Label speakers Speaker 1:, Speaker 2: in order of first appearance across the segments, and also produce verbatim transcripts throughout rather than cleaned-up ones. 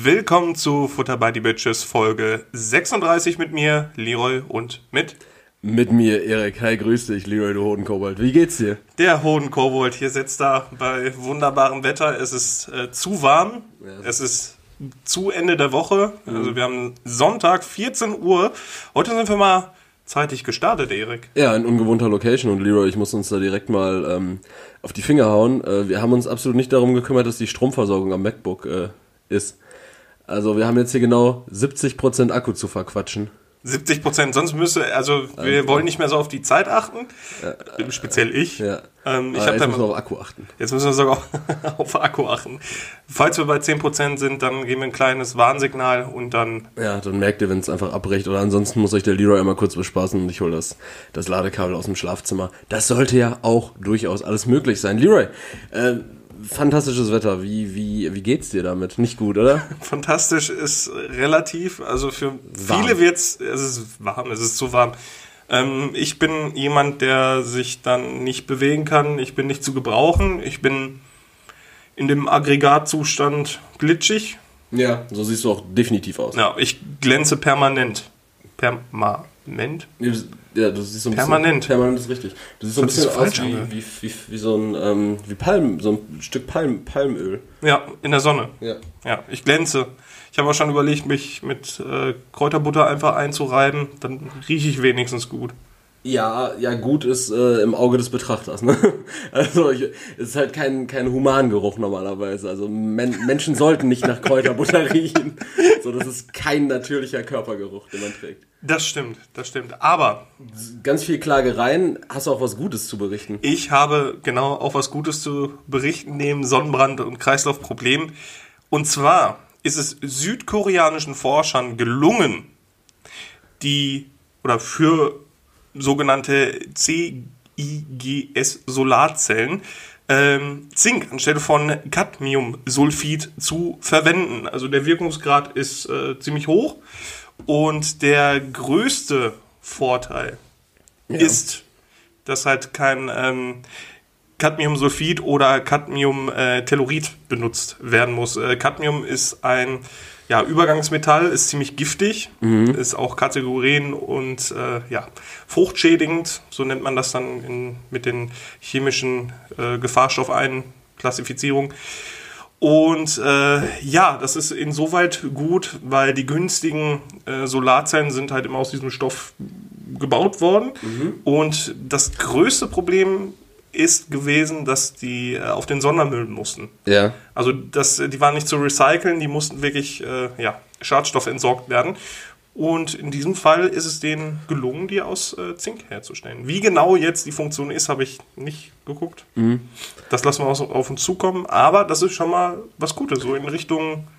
Speaker 1: Willkommen zu Futter by the Bitches Folge sechsunddreißig mit mir, Leroy, und mit...
Speaker 2: Mit mir, Erik. Hi, grüß dich, Leroy, du Hodenkobold. Wie geht's dir?
Speaker 1: Der Hodenkobold hier sitzt da bei wunderbarem Wetter. Es ist äh, zu warm, ja. Es ist zu Ende der Woche. Mhm. Also wir haben Sonntag, vierzehn Uhr. Heute sind wir mal zeitig gestartet, Erik.
Speaker 2: Ja, in ungewohnter Location. Und Leroy, ich muss uns da direkt mal ähm, auf die Finger hauen. Äh, wir haben uns absolut nicht darum gekümmert, dass die Stromversorgung am MacBook äh, ist. Also wir haben jetzt hier genau siebzig Prozent Akku zu verquatschen.
Speaker 1: siebzig Prozent, sonst müsste, also wir also, wollen nicht mehr so auf die Zeit achten, ja, speziell ich.
Speaker 2: Ja.
Speaker 1: Ähm, ich
Speaker 2: jetzt
Speaker 1: dann,
Speaker 2: müssen wir auf Akku achten.
Speaker 1: Jetzt müssen wir sogar auf, auf Akku achten. Falls wir bei zehn Prozent sind, dann geben wir ein kleines Warnsignal und dann...
Speaker 2: Ja, dann merkt ihr, wenn es einfach abbricht. Oder ansonsten muss euch der Leroy einmal kurz bespaßen und ich hole das, das Ladekabel aus dem Schlafzimmer. Das sollte ja auch durchaus alles möglich sein. Leroy, äh, fantastisches Wetter. Wie, wie, wie geht's dir damit? Nicht gut, oder?
Speaker 1: Fantastisch ist relativ. Also für warm. Viele wird's, es ist warm, es ist zu warm. Ähm, ich bin jemand, der sich dann nicht bewegen kann. Ich bin nicht zu gebrauchen. Ich bin in dem Aggregatzustand glitschig.
Speaker 2: Ja, so siehst du auch definitiv aus.
Speaker 1: Ja, ich glänze permanent. Permanent?
Speaker 2: Ja, du siehst so ein
Speaker 1: permanent.
Speaker 2: bisschen... Permanent ist richtig. Du siehst so ein bisschen aus wie, wie, wie, wie so ein ähm, wie Palm, so ein Stück Palm, Palmöl.
Speaker 1: Ja, in der Sonne.
Speaker 2: Ja.
Speaker 1: Ja, ich glänze. Ich habe auch schon überlegt, mich mit äh, Kräuterbutter einfach einzureiben. Dann rieche ich wenigstens gut.
Speaker 2: Ja, ja, gut ist äh, im Auge des Betrachters, ne? Also es ist halt kein, kein Humangeruch normalerweise. Also Men- Menschen sollten nicht nach Kräuterbutter riechen. So, das ist kein natürlicher Körpergeruch, den man trägt.
Speaker 1: Das stimmt, das stimmt. Aber
Speaker 2: ganz viel Klagereien. Hast du auch was Gutes zu berichten?
Speaker 1: Ich habe genau auch was Gutes zu berichten neben Sonnenbrand und Kreislaufproblemen. Und zwar ist es südkoreanischen Forschern gelungen, die oder für sogenannte C I G S-Solarzellen ähm, Zink anstelle von Cadmiumsulfid zu verwenden. Also der Wirkungsgrad ist äh, ziemlich hoch und der größte Vorteil ja. ist, dass halt kein ähm, Cadmiumsulfid oder Cadmiumtellurid benutzt werden muss. Äh, Cadmium ist ein ja, Übergangsmetall, ist ziemlich giftig, mhm. ist auch kategorien- und äh, ja, fruchtschädigend, so nennt man das dann in, mit den chemischen äh, Gefahrstoffeinklassifizierungen. Und äh, ja, das ist insoweit gut, weil die günstigen äh, Solarzellen sind halt immer aus diesem Stoff gebaut worden. Mhm. Und das größte Problem ist gewesen, dass die äh, auf den Sondermüll mussten.
Speaker 2: Ja.
Speaker 1: Also das, die waren nicht zu recyceln, die mussten wirklich äh, ja, Schadstoffe entsorgt werden. Und in diesem Fall ist es denen gelungen, die aus äh, Zink herzustellen. Wie genau jetzt die Funktion ist, habe ich nicht geguckt. Mhm. Das lassen wir auch auf uns zukommen. Aber das ist schon mal was Gutes, so in Richtung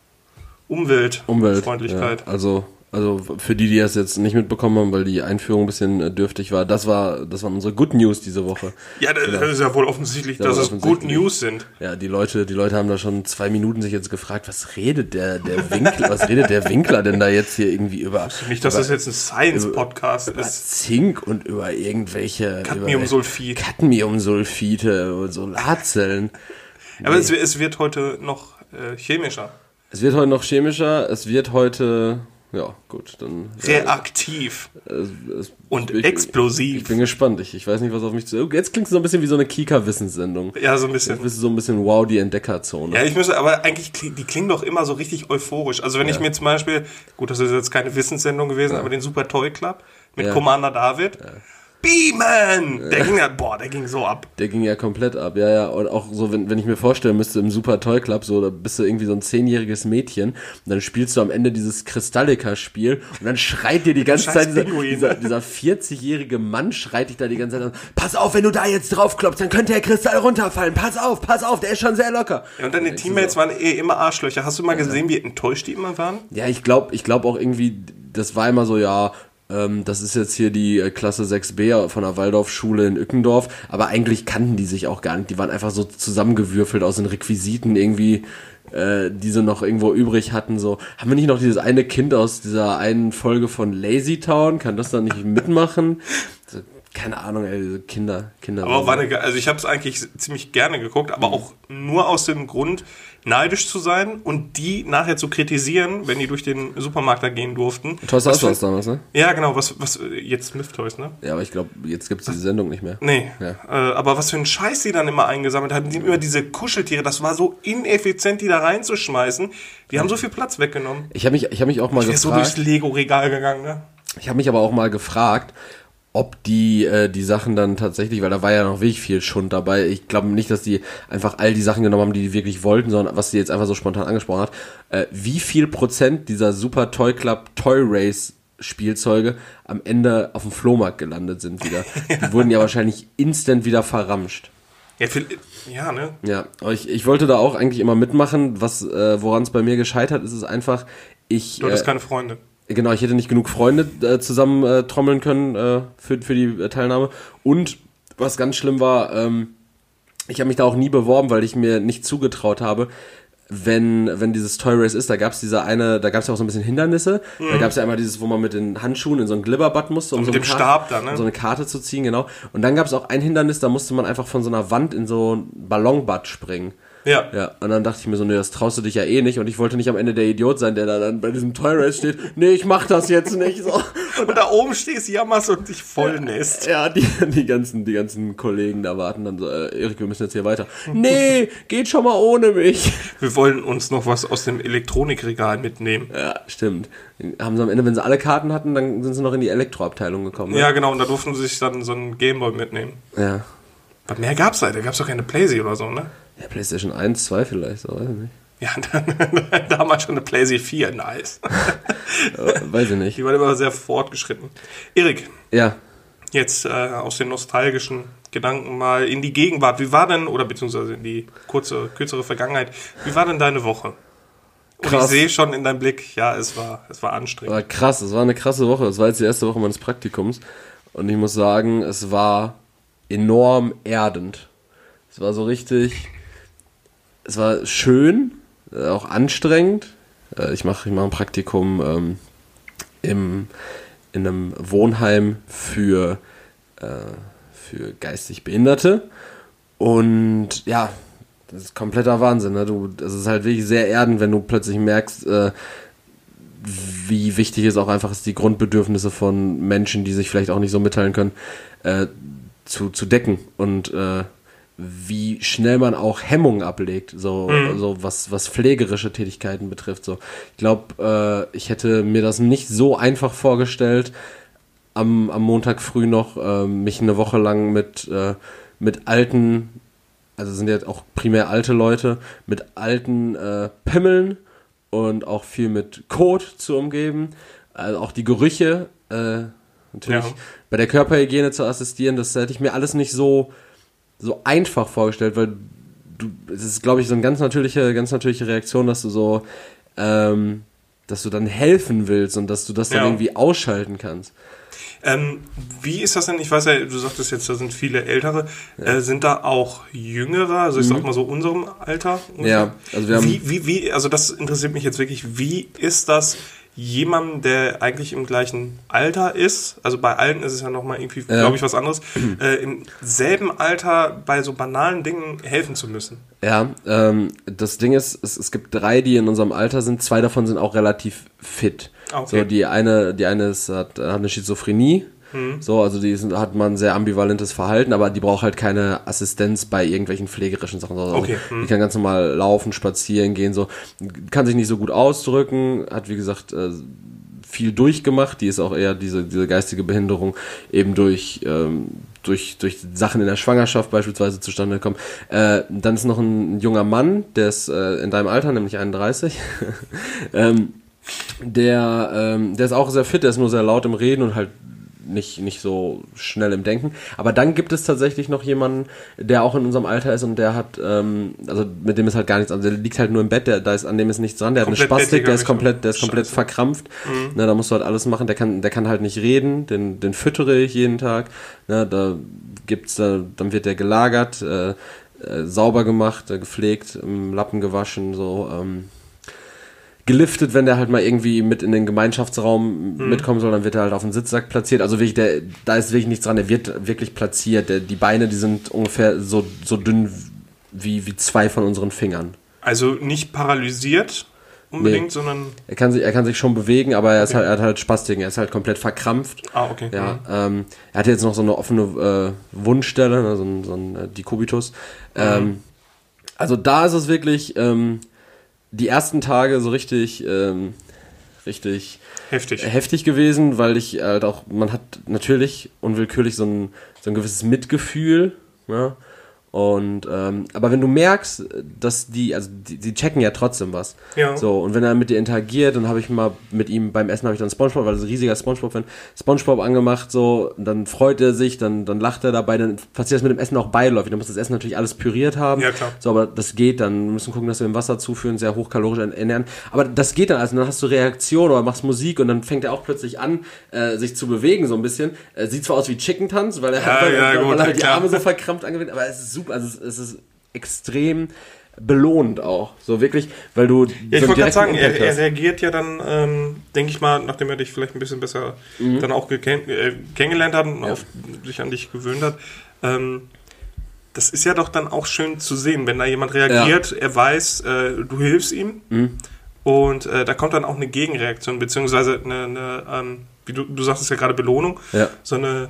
Speaker 1: Umwelt, Umweltfreundlichkeit.
Speaker 2: Ja, also... Also für die, die das jetzt nicht mitbekommen haben, weil die Einführung ein bisschen äh, dürftig war, das war das waren unsere Good News diese Woche.
Speaker 1: Ja, das, das ist ja wohl offensichtlich, dass es Good News sind.
Speaker 2: Ja, die Leute, die Leute haben da schon zwei Minuten sich jetzt gefragt, was redet der der Winkler, was redet der Winkler denn da jetzt hier irgendwie über?
Speaker 1: Nicht, dass über, das jetzt ein Science-Podcast
Speaker 2: über,
Speaker 1: ist.
Speaker 2: Über Zink und über irgendwelche
Speaker 1: Cadmiumsulfid.
Speaker 2: Cadmiumsulfide und Solarzellen.
Speaker 1: Nee. Aber es, es wird heute noch äh, chemischer.
Speaker 2: Es wird heute noch chemischer, es wird heute... Ja, gut, dann...
Speaker 1: Reaktiv
Speaker 2: äh, es, es,
Speaker 1: und
Speaker 2: ich,
Speaker 1: explosiv.
Speaker 2: Ich bin gespannt, ich, ich weiß nicht, was auf mich zu... Jetzt klingt es so ein bisschen wie so eine Kika-Wissenssendung.
Speaker 1: Ja, so ein bisschen.
Speaker 2: Jetzt bist du so ein bisschen wow, die Entdeckerzone.
Speaker 1: Ja, ich müsste, aber eigentlich, die klingen doch immer so richtig euphorisch. Also wenn ja. ich mir zum Beispiel, gut, das ist jetzt keine Wissenssendung gewesen, ja. aber den Super Toy Club mit ja. Commander David... Ja. Beamen! Der ging ja, boah, der ging so ab.
Speaker 2: Der ging ja komplett ab, ja, ja. Und auch so, wenn, wenn ich mir vorstellen müsste, im Super Toy Club, so, da bist du irgendwie so ein zehnjähriges Mädchen und dann spielst du am Ende dieses Kristallika-Spiel und dann schreit dir die ganze Scheiß Zeit dieser, dieser, dieser vierzig-jährige Mann schreit dich da die ganze Zeit an, pass auf, wenn du da jetzt drauf klopfst, dann könnte der Kristall runterfallen, pass auf, pass auf, der ist schon sehr locker.
Speaker 1: Ja, und deine Teammates so. waren eh immer Arschlöcher. Hast du mal gesehen, wie enttäuscht die immer waren?
Speaker 2: Ja, ich glaube, ich glaube auch irgendwie, das war immer so, ja, das ist jetzt hier die Klasse sechs b von der Waldorfschule in Ückendorf, aber eigentlich kannten die sich auch gar nicht. Die waren einfach so zusammengewürfelt aus den Requisiten irgendwie, äh, die sie noch irgendwo übrig hatten. So, haben wir nicht noch dieses eine Kind aus dieser einen Folge von Lazy Town? Kann das dann nicht mitmachen? keine Ahnung, ey, diese Kinder, Kinder.
Speaker 1: Aber war eine, also ich habe es eigentlich ziemlich gerne geguckt, aber mhm. auch nur aus dem Grund, neidisch zu sein und die nachher zu kritisieren, wenn die durch den Supermarkt da gehen durften.
Speaker 2: Toys R Us war es damals, ne?
Speaker 1: Ja, genau, was, was jetzt Smith Toys, ne?
Speaker 2: Ja, aber ich glaube, jetzt gibt es diese Sendung nicht mehr.
Speaker 1: Nee,
Speaker 2: ja.
Speaker 1: äh, aber was für einen Scheiß die dann immer eingesammelt haben, die immer diese Kuscheltiere, das war so ineffizient, die da reinzuschmeißen. Die haben so viel Platz weggenommen.
Speaker 2: Ich habe mich, ich hab mich auch mal
Speaker 1: ich
Speaker 2: gefragt...
Speaker 1: Ich wäre so durchs Lego-Regal gegangen, ne?
Speaker 2: Ich habe mich aber auch mal gefragt, ob die äh, die Sachen dann tatsächlich, weil da war ja noch wirklich viel Schund dabei. Ich glaube nicht, dass die einfach all die Sachen genommen haben, die die wirklich wollten, sondern was sie jetzt einfach so spontan angesprochen hat. Äh, wie viel Prozent dieser Super Toy Club Toy Race Spielzeuge am Ende auf dem Flohmarkt gelandet sind wieder. ja. Die wurden ja wahrscheinlich instant wieder verramscht.
Speaker 1: Ja, für, ja, ne?
Speaker 2: Ja, aber ich, ich wollte da auch eigentlich immer mitmachen. Was äh, woran es bei mir gescheitert ist, ist einfach, ich...
Speaker 1: Du hattest
Speaker 2: äh,
Speaker 1: keine Freunde.
Speaker 2: Genau, ich hätte nicht genug Freunde äh, zusammen äh, trommeln können äh, für, für die äh, Teilnahme. Und was ganz schlimm war, ähm, ich habe mich da auch nie beworben, weil ich mir nicht zugetraut habe, wenn wenn dieses Toy Race ist, da gab es diese eine, da gab es ja auch so ein bisschen Hindernisse. Mhm. Da gab es ja einmal dieses, wo man mit den Handschuhen in so einen Glibberbad musste, um,
Speaker 1: um
Speaker 2: so,
Speaker 1: dem
Speaker 2: Karte,
Speaker 1: Stab da, ne?
Speaker 2: um so eine Karte zu ziehen, genau. Und dann gab es auch ein Hindernis, da musste man einfach von so einer Wand in so ein Ballonbad springen.
Speaker 1: Ja.
Speaker 2: Ja. Und dann dachte ich mir so, nee, das traust du dich ja eh nicht. Und ich wollte nicht am Ende der Idiot sein, der da dann bei diesem Toy Race steht. Nee, ich mach das jetzt nicht. So.
Speaker 1: Und, und da oben stehst, jammerst und dich vollnässt.
Speaker 2: Ja, die, die ganzen, die ganzen Kollegen da warten dann so, äh, Erik, wir müssen jetzt hier weiter. Nee, geht schon mal ohne mich.
Speaker 1: Wir wollen uns noch was aus dem Elektronikregal mitnehmen.
Speaker 2: Ja, stimmt. Haben sie am Ende, wenn sie alle Karten hatten, dann sind sie noch in die Elektroabteilung gekommen. Ne?
Speaker 1: Ja, genau. Und da durften sie sich dann so einen Gameboy mitnehmen.
Speaker 2: Ja.
Speaker 1: Aber mehr gab's da. Da gab's doch keine Playsee oder so, ne?
Speaker 2: Ja, PlayStation eins, zwei vielleicht, so, weiß ich nicht.
Speaker 1: Ja, dann, damals schon eine Playsee vier, nice.
Speaker 2: Ja, weiß ich nicht.
Speaker 1: Die war immer sehr fortgeschritten. Erik.
Speaker 2: Ja.
Speaker 1: Jetzt äh, aus den nostalgischen Gedanken mal in die Gegenwart. Wie war denn, oder beziehungsweise in die kurze, kürzere Vergangenheit, wie war denn deine Woche? Und krass. Ich sehe schon in deinem Blick, ja, es war, es war anstrengend.
Speaker 2: War krass, es war eine krasse Woche. Es war jetzt die erste Woche meines Praktikums. Und ich muss sagen, es war enorm erdend. Es war so richtig... Es war schön, auch anstrengend. Ich mache ich mach ein Praktikum ähm, im, in einem Wohnheim für, äh, für geistig Behinderte. Und ja, das ist kompletter Wahnsinn. Ne? Du, das ist halt wirklich sehr erdend, wenn du plötzlich merkst, äh, wie wichtig es auch einfach ist, die Grundbedürfnisse von Menschen, die sich vielleicht auch nicht so mitteilen können, äh, zu, zu decken. Und äh, wie schnell man auch Hemmungen ablegt, so, mhm. so was, was pflegerische Tätigkeiten betrifft. So. Ich glaube, äh, ich hätte mir das nicht so einfach vorgestellt, am, am Montag früh noch äh, mich eine Woche lang mit, äh, mit alten, also sind ja auch primär alte Leute, mit alten äh, Pimmeln und auch viel mit Kot zu umgeben. Also auch die Gerüche, äh, natürlich ja. bei der Körperhygiene zu assistieren, das hätte ich mir alles nicht so so einfach vorgestellt, weil du, es ist, glaube ich, so eine ganz natürliche, ganz natürliche Reaktion, dass du so, ähm, dass du dann helfen willst und dass du das dann ja. irgendwie ausschalten kannst.
Speaker 1: Ähm, wie ist das denn? Ich weiß ja, du sagtest jetzt, da sind viele Ältere. Ja. Äh, sind da auch Jüngere? Also ich mhm. sag mal so unserem Alter? Ungefähr?
Speaker 2: Ja, also wir haben...
Speaker 1: Wie, wie, wie, also das interessiert mich jetzt wirklich. Wie ist das jemandem, der eigentlich im gleichen Alter ist, also bei Alten ist es ja nochmal irgendwie, ja. glaube ich, was anderes, äh, im selben Alter bei so banalen Dingen helfen zu müssen?
Speaker 2: Ja, ähm, das Ding ist, es, es gibt drei, die in unserem Alter sind, zwei davon sind auch relativ fit. Okay. So, die eine, die eine ist, hat, hat eine Schizophrenie, mhm. so, also die ist, hat man ein sehr ambivalentes Verhalten, aber die braucht halt keine Assistenz bei irgendwelchen pflegerischen Sachen. Also
Speaker 1: okay. mhm.
Speaker 2: Die kann ganz normal laufen, spazieren gehen, so, kann sich nicht so gut ausdrücken, hat wie gesagt äh, viel durchgemacht, die ist auch eher diese, diese geistige Behinderung eben durch, ähm, durch, durch Sachen in der Schwangerschaft beispielsweise zustande gekommen. Äh, dann ist noch ein, ein junger Mann, der ist äh, in deinem Alter, nämlich einunddreißig, ähm, der, ähm, der ist auch sehr fit, der ist nur sehr laut im Reden und halt nicht, nicht so schnell im Denken. Aber dann gibt es tatsächlich noch jemanden, der auch in unserem Alter ist und der hat, ähm, also mit dem ist halt gar nichts, also der liegt halt nur im Bett, der, da ist, an dem ist nichts dran, der komplett hat eine Spastik, der ist komplett, der ist komplett Scheiße. verkrampft. Mhm. Na, da musst du halt alles machen, der kann, der kann halt nicht reden, den, den füttere ich jeden Tag. Na, da gibt's, da, dann wird der gelagert, äh, äh, sauber gemacht, äh, gepflegt, im Lappen gewaschen, so, ähm, geliftet, wenn der halt mal irgendwie mit in den Gemeinschaftsraum mhm. mitkommen soll, dann wird er halt auf den Sitzsack platziert. Also wirklich, der, da ist wirklich nichts dran, der wird wirklich platziert. Der, die Beine, die sind ungefähr so, so dünn wie, wie zwei von unseren Fingern.
Speaker 1: Also nicht paralysiert unbedingt,
Speaker 2: nee.
Speaker 1: sondern...
Speaker 2: Er kann, sich, er kann sich schon bewegen, aber er, ist halt, er hat halt Spastiken, er ist halt komplett verkrampft.
Speaker 1: Ah, okay.
Speaker 2: Ja, mhm. ähm, er hat jetzt noch so eine offene äh, Wundstelle, ne, so ein, so ein äh, Dekubitus. Mhm. Ähm, also da ist es wirklich... Ähm, die ersten Tage so richtig, ähm, richtig
Speaker 1: heftig.
Speaker 2: heftig gewesen, weil ich halt auch, man hat natürlich unwillkürlich so ein, so ein gewisses Mitgefühl, ja. Und, ähm, aber wenn du merkst, dass die, also die, die checken ja trotzdem was.
Speaker 1: Ja.
Speaker 2: So, und wenn er mit dir interagiert, dann habe ich mal mit ihm beim Essen habe ich dann Spongebob, weil er ist ein riesiger Spongebob-Fan, Spongebob angemacht, so, dann freut er sich, dann, dann lacht er dabei, dann passiert das mit dem Essen auch beiläufig. Dann muss das Essen natürlich alles püriert haben.
Speaker 1: Ja, klar.
Speaker 2: So, aber das geht dann. Wir müssen gucken, dass wir im Wasser zuführen, sehr hochkalorisch ernähren. Aber das geht dann, also dann hast du Reaktion oder machst Musik und dann fängt er auch plötzlich an, äh, sich zu bewegen, so ein bisschen. Äh, sieht zwar aus wie Chicken-Tanz, weil er,
Speaker 1: ja,
Speaker 2: hat, weil,
Speaker 1: ja,
Speaker 2: weil
Speaker 1: gut,
Speaker 2: er halt die
Speaker 1: klar.
Speaker 2: Arme so verkrampft angewindet, aber es ist super, also es, es ist extrem belohnt auch, so wirklich, weil du
Speaker 1: ja, ich
Speaker 2: so
Speaker 1: wollte gerade sagen, er,
Speaker 2: Impact
Speaker 1: er
Speaker 2: hast.
Speaker 1: reagiert ja dann, ähm, denke ich mal, nachdem er dich vielleicht ein bisschen besser
Speaker 2: Mhm.
Speaker 1: dann auch gekenn- äh, kennengelernt hat und
Speaker 2: Ja.
Speaker 1: auf, sich an dich gewöhnt hat, ähm, das ist ja doch dann auch schön zu sehen, wenn da jemand reagiert, er weiß, äh, du hilfst ihm
Speaker 2: Mhm.
Speaker 1: und äh, da kommt dann auch eine Gegenreaktion, beziehungsweise eine, eine ähm, wie du, du sagtest ja gerade Belohnung,
Speaker 2: Ja.
Speaker 1: so eine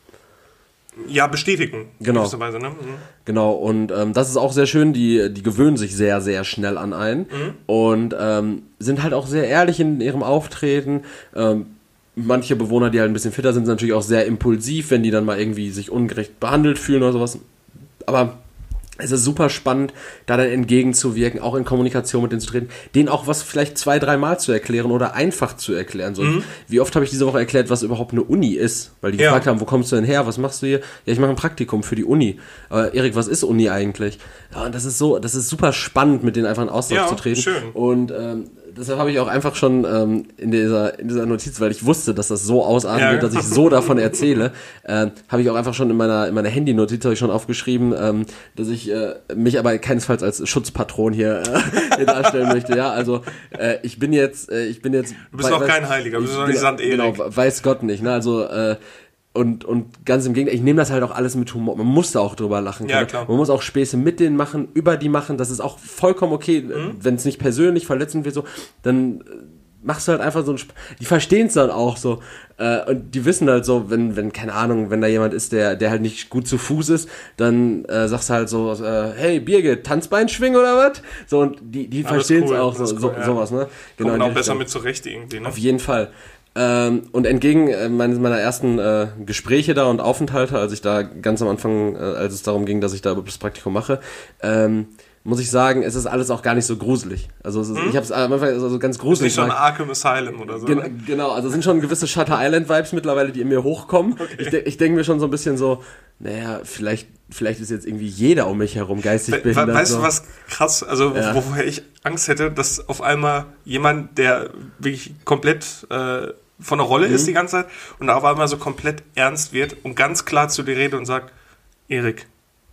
Speaker 1: ja, Bestätigung.
Speaker 2: Genau.
Speaker 1: In gewisser Weise, ne? Mhm.
Speaker 2: Genau, und ähm, das ist auch sehr schön, die, die gewöhnen sich sehr, sehr schnell an einen
Speaker 1: Mhm.
Speaker 2: und ähm, sind halt auch sehr ehrlich in ihrem Auftreten. Ähm, manche Bewohner, die halt ein bisschen fitter sind, sind natürlich auch sehr impulsiv, wenn die dann mal irgendwie sich ungerecht behandelt fühlen oder sowas. Aber es ist super spannend, da dann entgegenzuwirken, auch in Kommunikation mit denen zu treten, denen auch was vielleicht zwei, dreimal zu erklären oder einfach zu erklären. So,
Speaker 1: Mhm.
Speaker 2: wie oft habe ich diese Woche erklärt, was überhaupt eine Uni ist? Weil die
Speaker 1: Ja.
Speaker 2: gefragt haben, wo kommst du denn her? Was machst du hier? Ja, ich mache ein Praktikum für die Uni. Aber Erik, was ist Uni eigentlich? Ja, und das ist so, das ist super spannend, mit denen einfach in Austausch
Speaker 1: Ja,
Speaker 2: zu treten.
Speaker 1: schön.
Speaker 2: Und ähm, deshalb habe ich auch einfach schon ähm, in, dieser, in dieser Notiz, weil ich wusste, dass das so ausarten
Speaker 1: Ja.
Speaker 2: wird, dass ich so davon erzähle, äh, habe ich auch einfach schon in meiner, in meiner Handy-Notiz habe ich schon aufgeschrieben, ähm, dass ich äh, mich aber keinesfalls als Schutzpatron hier, äh, hier darstellen möchte. Ja, also äh, ich bin jetzt, äh, ich bin jetzt.
Speaker 1: Du bist
Speaker 2: wei-
Speaker 1: noch
Speaker 2: weiß-
Speaker 1: kein Heiliger, du bist
Speaker 2: ich
Speaker 1: noch
Speaker 2: bin-
Speaker 1: nicht Sankt Erik.
Speaker 2: Genau, weiß Gott nicht. Ne? Also äh, und, und ganz im Gegenteil, ich nehme das halt auch alles mit Humor. Man muss da auch drüber lachen.
Speaker 1: Ja,
Speaker 2: können.
Speaker 1: klar.
Speaker 2: Man muss auch Späße mit denen machen, über die machen. Das ist auch vollkommen okay.
Speaker 1: Mhm.
Speaker 2: Wenn es nicht persönlich verletzend wird, so, dann äh, machst du halt einfach so ein Sp- die verstehen es dann auch so. Äh, und die wissen halt so, wenn, wenn, keine Ahnung, wenn da jemand ist, der, der halt nicht gut zu Fuß ist, dann äh, sagst du halt so, äh, hey Birgit, Tanzbein schwingen oder was? So, und die, die
Speaker 1: Alles
Speaker 2: verstehen es
Speaker 1: cool,
Speaker 2: auch so,
Speaker 1: alles
Speaker 2: so,
Speaker 1: cool, ja.
Speaker 2: sowas, ne?
Speaker 1: Genau,
Speaker 2: in
Speaker 1: auch
Speaker 2: die
Speaker 1: besser
Speaker 2: Richtung.
Speaker 1: mit zurecht irgendwie, ne?
Speaker 2: Auf jeden Fall. Ähm, und entgegen äh, meines, meiner ersten äh, Gespräche da und Aufenthalte, als ich da ganz am Anfang, äh, als es darum ging, dass ich da das Praktikum mache, ähm, muss ich sagen, es ist alles auch gar nicht so gruselig. Also es ist,
Speaker 1: Hm?
Speaker 2: ich habe es am Anfang also ganz
Speaker 1: Ist
Speaker 2: gruselig.
Speaker 1: nicht so ein
Speaker 2: gemacht.
Speaker 1: Arkham Asylum oder so.
Speaker 2: Gen
Speaker 1: ne?
Speaker 2: genau, also es sind schon gewisse Shutter Island Vibes mittlerweile, die in mir hochkommen.
Speaker 1: Okay.
Speaker 2: Ich, de ich denke mir schon so ein bisschen so, naja, vielleicht, vielleicht ist jetzt irgendwie jeder um mich herum geistig
Speaker 1: We
Speaker 2: behindert.
Speaker 1: weißt
Speaker 2: so.
Speaker 1: du, was krass, also
Speaker 2: Ja.
Speaker 1: wovor ich Angst hätte, dass auf einmal jemand, der wirklich komplett äh, von der Rolle
Speaker 2: Mhm.
Speaker 1: ist die ganze Zeit und auf einmal so komplett ernst wird und ganz klar zu dir redet und sagt, Erik,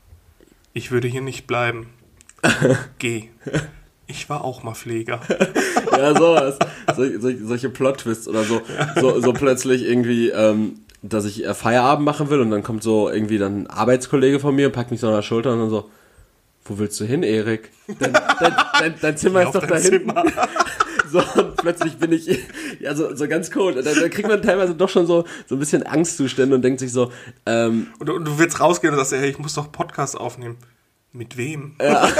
Speaker 1: ich würde hier nicht bleiben. Geh. Ich war auch mal Pfleger.
Speaker 2: Ja, sowas. Sol sol solche Plot-Twists oder so. So, so plötzlich irgendwie, ähm, dass ich äh, Feierabend machen will und dann kommt so irgendwie dann ein Arbeitskollege von mir und packt mich so an der Schulter und dann so, wo willst du hin, Erik? Dein, dein, dein, dein Zimmer
Speaker 1: Geh
Speaker 2: ist
Speaker 1: auf
Speaker 2: doch
Speaker 1: dein
Speaker 2: da hinten.
Speaker 1: Zimmer.
Speaker 2: So, und plötzlich bin ich, ja, so, so ganz cool. Da, da kriegt man teilweise doch schon so, so ein bisschen Angstzustände und denkt sich so, ähm,
Speaker 1: Und du, und du willst rausgehen und sagst, hey, ich muss doch Podcast aufnehmen. Mit wem?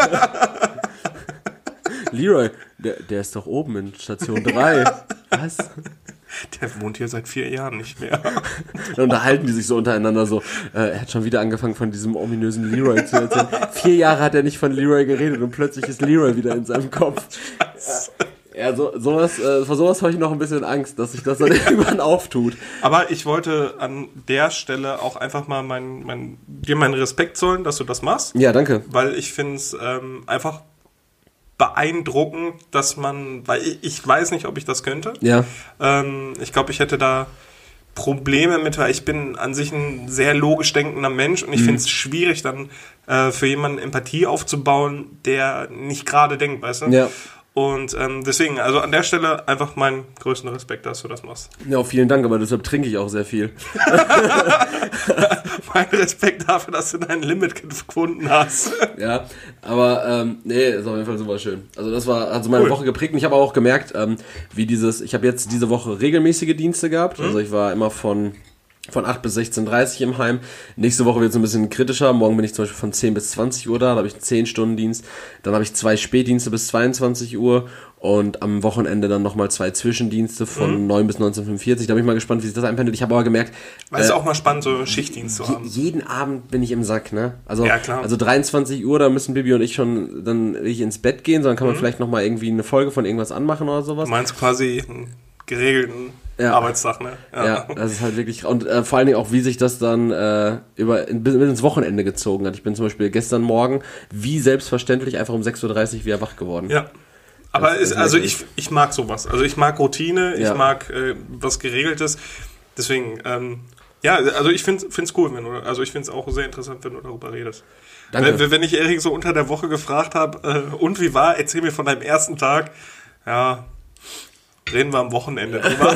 Speaker 2: Leroy, der, der ist doch oben in Station drei. Was?
Speaker 1: Der wohnt hier seit vier Jahren nicht mehr.
Speaker 2: Dann unterhalten die sich so untereinander so, äh, er hat schon wieder angefangen von diesem ominösen Leroy zu erzählen. Vier Jahre hat er nicht von Leroy geredet und plötzlich ist Leroy wieder in seinem Kopf. Ja, so, sowas, äh, vor sowas habe ich noch ein bisschen Angst, dass sich das dann irgendwann auftut.
Speaker 1: Aber ich wollte an der Stelle auch einfach mal mein, mein, dir meinen Respekt zollen, dass du das machst.
Speaker 2: Ja, danke.
Speaker 1: Weil ich finde es ähm, einfach beeindruckend, dass man, weil ich, ich weiß nicht, ob ich das könnte.
Speaker 2: Ja.
Speaker 1: Ähm, ich glaube, ich hätte da Probleme mit, weil ich bin an sich ein sehr logisch denkender Mensch und ich
Speaker 2: Mhm.
Speaker 1: finde es schwierig, dann äh, für jemanden Empathie aufzubauen, der nicht gerade denkt, weißt du?
Speaker 2: Ja.
Speaker 1: Und ähm, deswegen, also an der Stelle einfach meinen größten Respekt, dass du das machst.
Speaker 2: Ja, vielen Dank, aber deshalb trinke ich auch sehr viel.
Speaker 1: Mein Respekt dafür, dass du dein Limit gefunden hast.
Speaker 2: Ja, aber ähm, nee, ist auf jeden Fall super schön. Also das war also meine cool. Woche geprägt und ich habe auch gemerkt, ähm, wie dieses, ich habe jetzt diese Woche regelmäßige Dienste gehabt. Mhm. Also ich war immer von von acht bis sechzehn Uhr dreißig im Heim. Nächste Woche wird es ein bisschen kritischer. Morgen bin ich zum Beispiel von zehn bis zwanzig Uhr da. Da habe ich einen zehn Stunden Dienst. Dann habe ich zwei Spätdienste bis zweiundzwanzig Uhr. Und am Wochenende dann nochmal zwei Zwischendienste von mhm. neun bis neunzehn Uhr fünfundvierzig. Da bin ich mal gespannt, wie sich das einpendelt. Ich habe aber gemerkt...
Speaker 1: Weil es äh, auch mal spannend, so Schichtdienst zu haben.
Speaker 2: Jeden Abend bin ich im Sack, ne? Also,
Speaker 1: ja, klar.
Speaker 2: Also dreiundzwanzig Uhr, da müssen Bibi und ich schon dann nicht ins Bett gehen, sondern kann man mhm. vielleicht nochmal irgendwie eine Folge von irgendwas anmachen oder sowas.
Speaker 1: Du meinst quasi einen geregelten... Ja. Arbeitstag, ne?
Speaker 2: Ja. ja, das ist halt wirklich... Und äh, vor allen Dingen auch, wie sich das dann äh, über in, bis ins Wochenende gezogen hat. Ich bin zum Beispiel gestern Morgen, wie selbstverständlich, einfach um sechs Uhr dreißig wieder wach geworden.
Speaker 1: Ja. Aber das, ist, das also ich, ich mag sowas. Also ich mag Routine, ja. ich mag äh, was Geregeltes. Deswegen, ähm, ja, also ich finde es cool, wenn du, also ich finde es auch sehr interessant, wenn du darüber redest.
Speaker 2: Danke.
Speaker 1: Wenn, wenn ich Erik so unter der Woche gefragt habe, äh, und wie war, erzähl mir von deinem ersten Tag, ja... Reden wir am Wochenende drüber.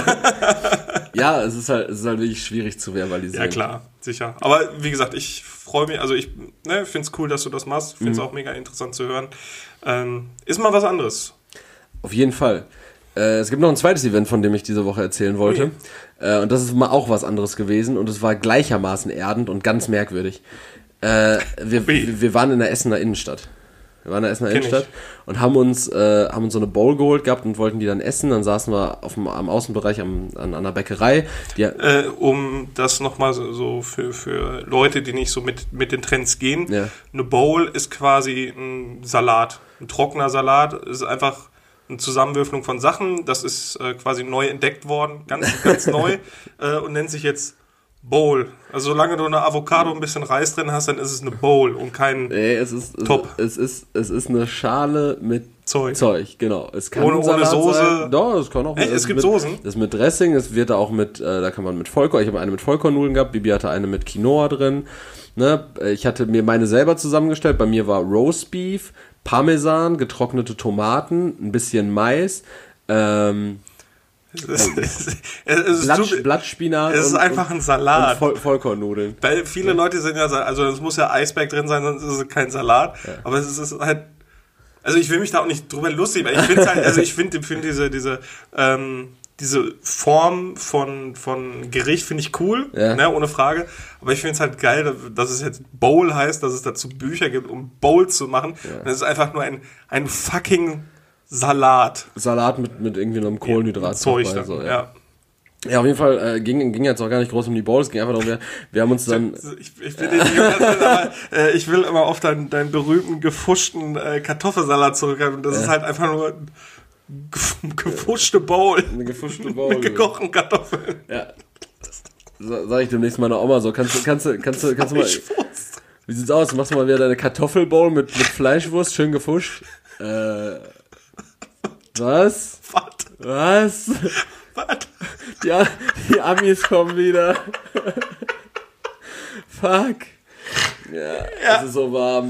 Speaker 2: Ja, es ist halt, es ist halt wirklich schwierig zu verbalisieren.
Speaker 1: Ja, klar, sicher. Aber wie gesagt, ich freue mich, also ich ne, finde es cool, dass du das machst. Finde es mhm. auch mega interessant zu hören. Ähm, ist mal was anderes.
Speaker 2: Auf jeden Fall. Äh, es gibt noch ein zweites Event, von dem ich diese Woche erzählen wollte. Okay. Äh, und das ist mal auch was anderes gewesen. Und es war gleichermaßen erdend und ganz merkwürdig. Äh, wir, wir waren in der Essener Innenstadt. Wir waren in der Essener Kenn Innenstadt ich. und haben uns, äh, haben uns so eine Bowl geholt gehabt und wollten die dann essen. Dann saßen wir auf dem, am Außenbereich am, an, an einer Bäckerei. Die,
Speaker 1: äh, um das nochmal so, so für, für Leute, die nicht so mit, mit den Trends gehen.
Speaker 2: Ja.
Speaker 1: Eine Bowl ist quasi ein Salat. Ein trockener Salat ist einfach eine Zusammenwürfelung von Sachen. Das ist äh, quasi neu entdeckt worden, ganz, ganz neu äh, und nennt sich jetzt Bowl. Also solange du eine Avocado und ein bisschen Reis drin hast, dann ist es eine Bowl und kein
Speaker 2: nee, es ist, Top. Es ist, es ist eine Schale mit
Speaker 1: Zeug.
Speaker 2: Zeug, genau. Es kann
Speaker 1: ohne, ohne Soße.
Speaker 2: Sein. Doch, es kann auch.
Speaker 1: Hey, es gibt
Speaker 2: mit,
Speaker 1: Soßen.
Speaker 2: Das ist mit Dressing. Es wird auch mit, äh, da kann man mit Vollkorn. Ich habe eine mit Vollkornnudeln gehabt. Bibi hatte eine mit Quinoa drin. Ne? Ich hatte mir meine selber zusammengestellt. Bei mir war Roastbeef, Parmesan, getrocknete Tomaten, ein bisschen Mais. Ähm,
Speaker 1: Es ist, es ist,
Speaker 2: Blatt,
Speaker 1: tut,
Speaker 2: Blattspinat.
Speaker 1: Es ist
Speaker 2: und,
Speaker 1: einfach ein Salat.
Speaker 2: Und Voll, Vollkornnudeln.
Speaker 1: Weil viele ja. Leute sind ja, also es muss ja Eisberg drin sein, sonst ist es kein Salat. Ja. Aber es ist halt, also ich will mich da auch nicht drüber lustig, weil ich finde halt, also ich finde find diese, diese, ähm, diese Form von, von Gericht finde ich cool,
Speaker 2: ja.
Speaker 1: ne, ohne Frage. Aber ich finde es halt geil, dass es jetzt Bowl heißt, dass es dazu Bücher gibt, um Bowls zu machen.
Speaker 2: Ja.
Speaker 1: Und es ist einfach nur ein, ein fucking Salat.
Speaker 2: Salat mit, mit irgendwie einem Kohlenhydrat.
Speaker 1: Zeug dann, so, ja. ja.
Speaker 2: Ja, auf jeden Fall äh, ging, ging jetzt auch gar nicht groß um die Bowls, ging einfach darum, wir, wir haben uns dann...
Speaker 1: Ich, ich, will, nicht, aber, äh, ich will immer auf deinen, deinen berühmten, gefuschten äh, Kartoffelsalat zurückgreifen. Und das ja. ist halt einfach nur eine gefuschte Bowl.
Speaker 2: Eine gefuschte Bowl.
Speaker 1: Mit gekochten Kartoffeln.
Speaker 2: Ja. Sag ich demnächst meiner Oma so, kannst du, kannst du, kannst du, kannst du mal... Wie sieht's aus? Machst du mal wieder deine Kartoffelbowl mit, mit Fleischwurst, schön gefuscht? Äh... Was?
Speaker 1: Was?
Speaker 2: Was?
Speaker 1: Was?
Speaker 2: Ja, die Amis kommen wieder. Fuck. Ja, ja, es ist so warm.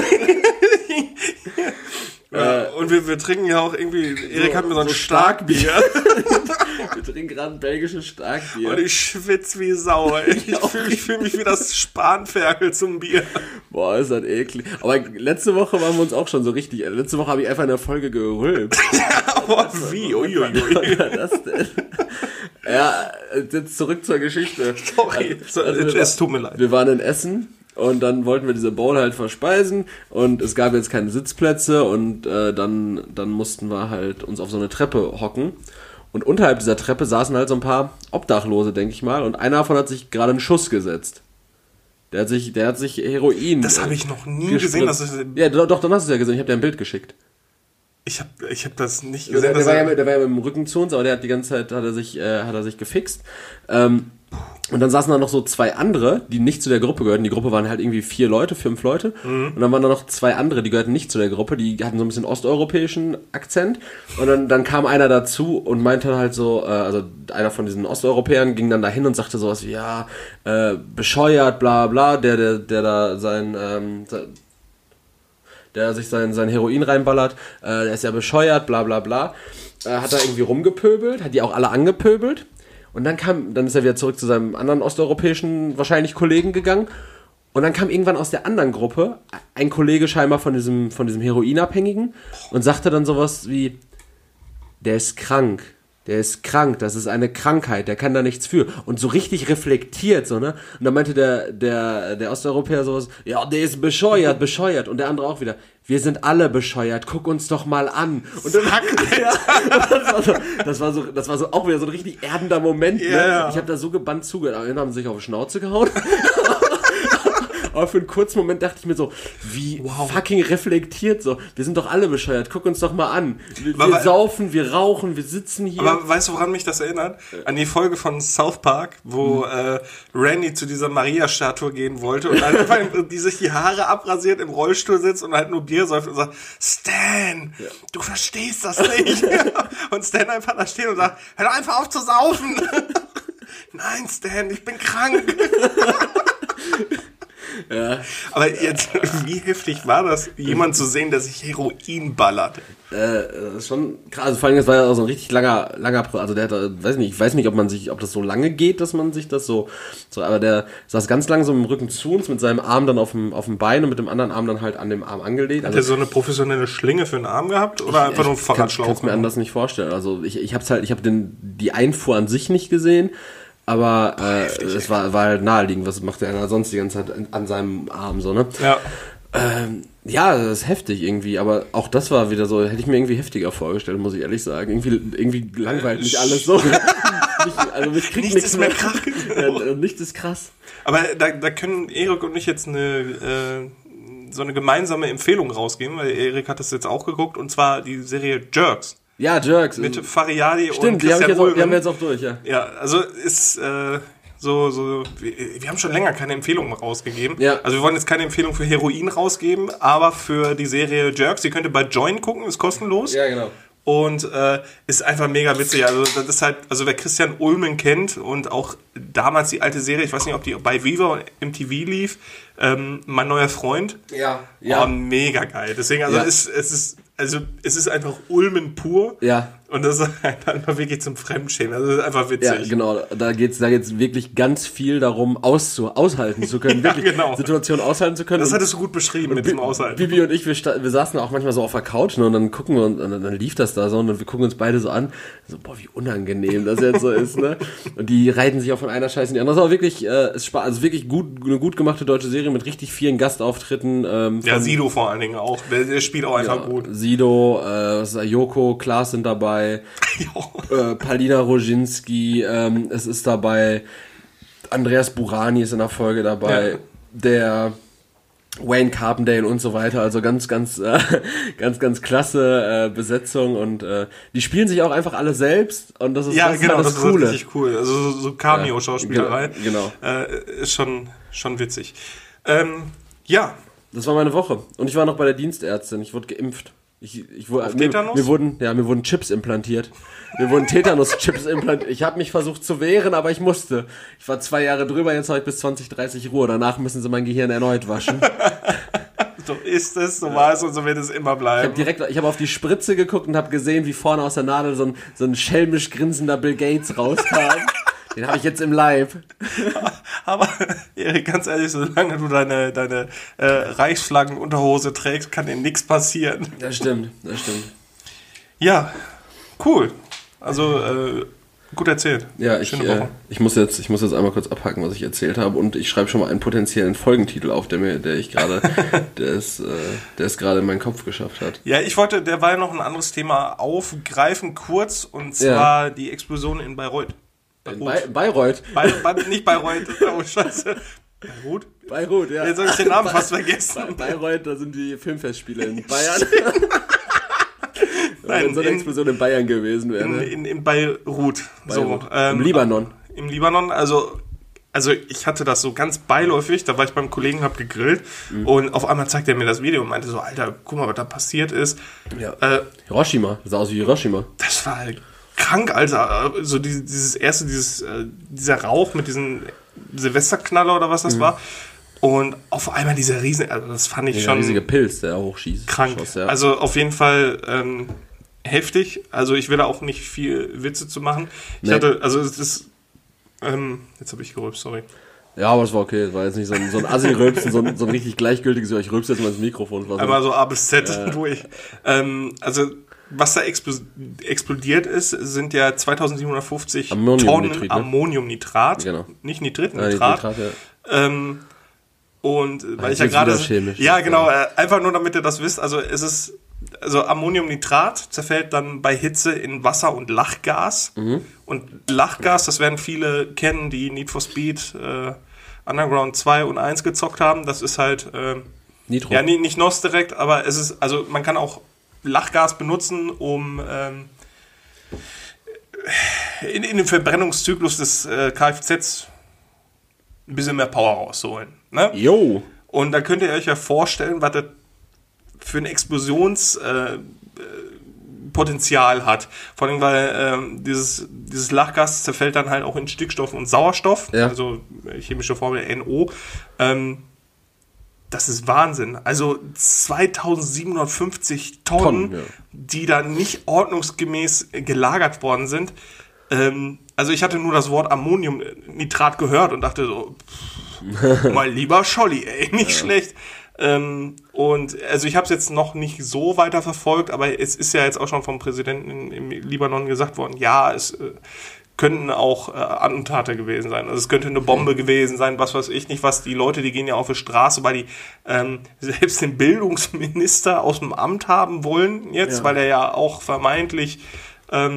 Speaker 1: Ja, äh, und wir, wir trinken ja auch irgendwie, Erik so, hat mir so ein so Starkbier.
Speaker 2: Wir trinken gerade ein belgisches Starkbier.
Speaker 1: Und ich schwitze wie Sau. Ich, ich fühle fühl mich wie das Spanferkel zum Bier.
Speaker 2: Boah, ist das eklig. Aber letzte Woche waren wir uns auch schon so richtig, letzte Woche habe ich einfach in der Folge gerülpt.
Speaker 1: Aber wie? Uiuiui. Was war
Speaker 2: das denn? Ja, jetzt zurück zur Geschichte.
Speaker 1: Sorry, also, also es tut mir leid.
Speaker 2: Wir waren in Essen. Und dann wollten wir diese Bowl halt verspeisen und es gab jetzt keine Sitzplätze und äh, dann, dann mussten wir halt uns auf so eine Treppe hocken. Und unterhalb dieser Treppe saßen halt so ein paar Obdachlose, denke ich mal. Und einer davon hat sich gerade einen Schuss gesetzt. Der hat sich, der hat sich Heroin.
Speaker 1: Das habe ich noch nie gesehen. Dass ich,
Speaker 2: ja, doch, doch, dann hast du es ja gesehen. Ich habe dir ein Bild geschickt.
Speaker 1: Ich habe ich hab das nicht gesehen.
Speaker 2: Der, der, war ja, der war ja mit dem Rücken zu uns, aber der hat die ganze Zeit hat er sich, äh, hat er sich gefixt. Ähm, Und dann saßen da noch so zwei andere, die nicht zu der Gruppe gehörten. Die Gruppe waren halt irgendwie vier Leute, fünf Leute. Mhm. Und dann waren da noch zwei andere, die gehörten nicht zu der Gruppe. Die hatten so ein bisschen osteuropäischen Akzent. Und dann, dann kam einer dazu und meinte halt so, äh, also einer von diesen Osteuropäern ging dann dahin und sagte sowas wie, ja, äh, bescheuert, bla bla, der, der, der da sein, ähm, der der sich sein, sein Heroin reinballert, äh, der ist ja bescheuert, bla bla bla. Äh, hat da irgendwie rumgepöbelt, hat die auch alle angepöbelt. Und dann kam, dann ist er wieder zurück zu seinem anderen osteuropäischen, wahrscheinlich Kollegen gegangen. Und dann kam irgendwann aus der anderen Gruppe ein Kollege scheinbar von diesem, von diesem Heroinabhängigen und sagte dann sowas wie, der ist krank. Der ist krank, das ist eine Krankheit, der kann da nichts für. Und so richtig reflektiert, so, ne? Und dann meinte der, der, der Osteuropäer sowas, ja, der ist bescheuert, bescheuert. Und der andere auch wieder, wir sind alle bescheuert, guck uns doch mal an. Und dann, ja, das, war so, das war so, das war so auch wieder so ein richtig erdender Moment, ne?
Speaker 1: Yeah.
Speaker 2: Ich habe da so gebannt zugehört, aber dann haben sie sich auf die Schnauze gehauen. Aber für einen kurzen Moment dachte ich mir so, wie wow. fucking reflektiert so. Wir sind doch alle bescheuert, guck uns doch mal an. Wir, wir saufen, wir rauchen, wir sitzen hier.
Speaker 1: Aber weißt du, woran mich das erinnert? An die Folge von South Park, wo mhm. äh, Randy zu dieser Maria-Statue gehen wollte und einfach die sich die Haare abrasiert, im Rollstuhl sitzt und halt nur Bier säuft und sagt, Stan, ja. du verstehst das nicht. Und Stan einfach da steht und sagt, hör doch einfach auf zu saufen. Nein, Stan, ich bin krank. Ja. Aber jetzt, wie heftig war das, jemand zu sehen, der sich Heroin ballert?
Speaker 2: Äh, das ist schon krass. Also vor allem, das war ja auch so ein richtig langer, langer, also der hat, weiß nicht, ich weiß nicht, ob man sich, ob das so lange geht, dass man sich das so, so, aber der saß ganz lang so im Rücken zu uns mit seinem Arm dann auf dem, auf dem Bein und mit dem anderen Arm dann halt an dem Arm angelegt.
Speaker 1: Hat
Speaker 2: also,
Speaker 1: er so eine professionelle Schlinge für den Arm gehabt oder
Speaker 2: ich,
Speaker 1: einfach nur einen
Speaker 2: Fahrradschlauch? Ich kann es mir anders nicht vorstellen. Also ich, ich hab's halt, ich habe den, die Einfuhr an sich nicht gesehen. Aber äh, es war, war halt naheliegend, was macht der sonst die ganze Zeit an seinem Arm so, ne?
Speaker 1: Ja.
Speaker 2: Ähm, ja, das ist heftig irgendwie, aber auch das war wieder so, hätte ich mir irgendwie heftiger vorgestellt, muss ich ehrlich sagen. Irgendwie, irgendwie langweilt mich alles so. nicht, also mich kriegt
Speaker 1: nichts
Speaker 2: nichts
Speaker 1: ist mehr krass.
Speaker 2: Ja, nichts ist krass.
Speaker 1: Aber da, da können Erik und ich jetzt eine äh, so eine gemeinsame Empfehlung rausgeben, weil Erik hat das jetzt auch geguckt, und zwar die Serie Jerks.
Speaker 2: Ja, Jerks.
Speaker 1: Mit Fariadi
Speaker 2: Stimmt,
Speaker 1: und Christian
Speaker 2: die, hab ich jetzt auch, die haben wir
Speaker 1: Ulmen.
Speaker 2: jetzt auch durch, ja.
Speaker 1: Ja, also ist äh, so, so wir, wir haben schon länger keine Empfehlungen rausgegeben.
Speaker 2: Ja.
Speaker 1: Also wir wollen jetzt keine Empfehlung für Heroin rausgeben, aber für die Serie Jerks, die könnt ihr bei Join gucken, ist kostenlos.
Speaker 2: Ja, genau.
Speaker 1: Und äh, ist einfach mega witzig. Also das ist halt, also wer Christian Ulmen kennt und auch damals die alte Serie, ich weiß nicht, ob die bei Viva M T V lief, ähm, Mein neuer Freund.
Speaker 2: Ja. Ja.
Speaker 1: Oh, mega geil. Deswegen, also
Speaker 2: ja.
Speaker 1: es, es ist, also es ist einfach Ulmen pur.
Speaker 2: Ja.
Speaker 1: Und das ist einfach wirklich zum Fremdschämen. Also das ist einfach witzig.
Speaker 2: Ja, genau. Da geht's, da geht's wirklich ganz viel darum, auszu, aushalten zu können.
Speaker 1: Ja,
Speaker 2: wirklich
Speaker 1: genau.
Speaker 2: Situationen aushalten zu können.
Speaker 1: Das
Speaker 2: und,
Speaker 1: hattest du gut beschrieben mit
Speaker 2: Bi-
Speaker 1: dem Aushalten.
Speaker 2: Bibi und ich, wir, sta- wir saßen auch manchmal so auf der Couch, ne, und dann gucken wir uns, und dann, dann lief das da so, und dann wir gucken uns beide so an. So, boah, wie unangenehm das jetzt so ist, ne? Und die reiten sich auch von einer Scheiße in die andere. Das ist aber wirklich, äh, ist Spaß, also wirklich gut, eine gut gemachte deutsche Serie mit richtig vielen Gastauftritten. Ähm,
Speaker 1: Ja,
Speaker 2: von-
Speaker 1: Sido vor allen Dingen auch. Der, der spielt auch einfach
Speaker 2: ja,
Speaker 1: gut.
Speaker 2: Sido, äh, was ist da, Joko, Klaas sind dabei. Äh, Palina Roginski, ähm, es ist dabei, Andreas Burani ist in der Folge dabei,
Speaker 1: Ja.
Speaker 2: der Wayne Carpendale und so weiter, also ganz, ganz, äh, ganz, ganz klasse äh, Besetzung, und äh, die spielen sich auch einfach alle selbst, und das ist,
Speaker 1: Ja,
Speaker 2: das
Speaker 1: genau,
Speaker 2: ist halt
Speaker 1: das
Speaker 2: das
Speaker 1: ist
Speaker 2: Coole.
Speaker 1: richtig cool. Also so, so Cameo-Schauspielerei.
Speaker 2: Genau.
Speaker 1: Äh, ist schon, schon witzig. Ähm, ja.
Speaker 2: Das war meine Woche, und ich war noch bei der Dienstärztin, ich wurde geimpft. Ich, ich wurde,
Speaker 1: Auf
Speaker 2: mir,
Speaker 1: Tetanus?
Speaker 2: mir wurden, ja, mir wurden Chips implantiert. Mir wurden Tetanus-Chips implantiert. Ich habe mich versucht zu wehren, aber ich musste. Ich war zwei Jahre drüber, jetzt habe ich bis zwanzig dreißig Ruhe. Danach müssen sie mein Gehirn erneut waschen.
Speaker 1: So ist es, so war es und so wird es immer
Speaker 2: Ich
Speaker 1: bleiben.
Speaker 2: habe direkt, ich habe auf die Spritze geguckt und habe gesehen, wie vorne aus der Nadel so ein, so ein schelmisch grinsender Bill Gates rauskam. Den habe ich jetzt im Leib.
Speaker 1: Aber, Erik, ganz ehrlich, solange du deine, deine äh, Reichsflaggen-Unterhose trägst, kann dir nichts passieren.
Speaker 2: Das stimmt, das stimmt.
Speaker 1: Ja, cool. Also, äh, gut erzählt.
Speaker 2: Ja, ich, äh, ich, muss jetzt, ich muss jetzt einmal kurz abhaken, was ich erzählt habe, und ich schreibe schon mal einen potenziellen Folgentitel auf, der mir, der ich gerade, der es, äh, der es gerade in meinen Kopf geschafft hat.
Speaker 1: Ja, ich wollte derweil noch ein anderes Thema aufgreifen, kurz, und zwar ja. die Explosion in Bayreuth.
Speaker 2: In Bay- Bayreuth?
Speaker 1: Bei, bei, nicht Bayreuth, oh scheiße. Bayreuth?
Speaker 2: Bayreuth, ja.
Speaker 1: Jetzt habe ich den Namen fast vergessen.
Speaker 2: Bei- Bayreuth, da sind die Filmfestspiele in Bayern.
Speaker 1: Nein,
Speaker 2: wenn so eine
Speaker 1: in,
Speaker 2: Explosion in Bayern gewesen wäre.
Speaker 1: In, in, in Beirut.
Speaker 2: Beirut.
Speaker 1: So, ähm,
Speaker 2: Im Libanon.
Speaker 1: Im Libanon, also... Also ich hatte das so ganz beiläufig, da war ich beim Kollegen, hab gegrillt, mhm. und auf einmal zeigte er mir das Video und meinte so, Alter, guck mal, was da passiert ist.
Speaker 2: Ja.
Speaker 1: Äh,
Speaker 2: Hiroshima, das sah aus wie Hiroshima.
Speaker 1: Das war halt krank, Alter. So dieses erste, dieses, dieser Rauch mit diesen Silvesterknaller oder was das mhm. war. Und auf einmal dieser riesen, also das fand ich
Speaker 2: Dieser
Speaker 1: schon
Speaker 2: riesige Pilz, der hochschießt.
Speaker 1: krank.
Speaker 2: Schoss, ja.
Speaker 1: Also auf jeden Fall ähm, heftig. Also ich will da auch nicht viel Witze zu machen. Ich
Speaker 2: Nee.
Speaker 1: hatte, also es ist, ähm, jetzt habe ich gerülpst, sorry.
Speaker 2: Ja, aber es war okay. Es war jetzt nicht so ein, so ein Assi-Rülpsen, so ein, so ein richtig gleichgültiges, ich rülpse jetzt mal ins Mikrofon. Das war so-
Speaker 1: Einmal so A bis Z
Speaker 2: Ja.
Speaker 1: durch. Ähm, also was da expl- explodiert ist, sind ja zweitausendsiebenhundertfünfzig
Speaker 2: Ammoniumnitrit,
Speaker 1: Tonnen
Speaker 2: ne?
Speaker 1: Ammoniumnitrat.
Speaker 2: Genau.
Speaker 1: Nicht Nitrit,
Speaker 2: Ja, die
Speaker 1: Nitrat.
Speaker 2: Nitrat, ja.
Speaker 1: Ähm, und äh, weil
Speaker 2: jetzt
Speaker 1: ich ja
Speaker 2: wird's
Speaker 1: gerade.
Speaker 2: wieder chemisch.
Speaker 1: Ja, genau, äh, einfach nur damit ihr das wisst. Also es ist. Also Ammoniumnitrat zerfällt dann bei Hitze in Wasser und Lachgas.
Speaker 2: Mhm.
Speaker 1: Und Lachgas, das werden viele kennen, die Need for Speed äh, Underground zwei und eins gezockt haben. Das ist halt. Äh,
Speaker 2: Nitro.
Speaker 1: Ja, nicht, nicht N O S direkt, aber es ist, also man kann auch Lachgas benutzen, um ähm, in, in den Verbrennungszyklus des äh, Kfz ein bisschen mehr Power rauszuholen. Ne?
Speaker 2: Jo.
Speaker 1: Und da könnt ihr euch ja vorstellen, was das für ein Explosionspotenzial äh, Potenzial hat. Vor allem, weil ähm, dieses, dieses Lachgas zerfällt dann halt auch in Stickstoff und Sauerstoff,
Speaker 2: Ja.
Speaker 1: also äh, chemische Formel N O. Ähm, Das ist Wahnsinn. Also zweitausendsiebenhundertfünfzig Tonnen,
Speaker 2: Tonnen, ja.
Speaker 1: die da nicht ordnungsgemäß gelagert worden sind. Ähm, also ich hatte nur das Wort Ammoniumnitrat gehört und dachte so, pff, mal lieber Scholli, ey, nicht ja. schlecht. Ähm, und also ich habe es jetzt noch nicht so weiter verfolgt, aber es ist ja jetzt auch schon vom Präsidenten im Libanon gesagt worden, ja, es äh, könnten auch äh, Attentate gewesen sein. Also es könnte eine Bombe gewesen sein, was weiß ich nicht was. Die Leute, die gehen ja auf die Straße, weil die ähm, selbst den Bildungsminister aus dem Amt haben wollen jetzt,
Speaker 2: Ja.
Speaker 1: weil er ja auch vermeintlich, ähm,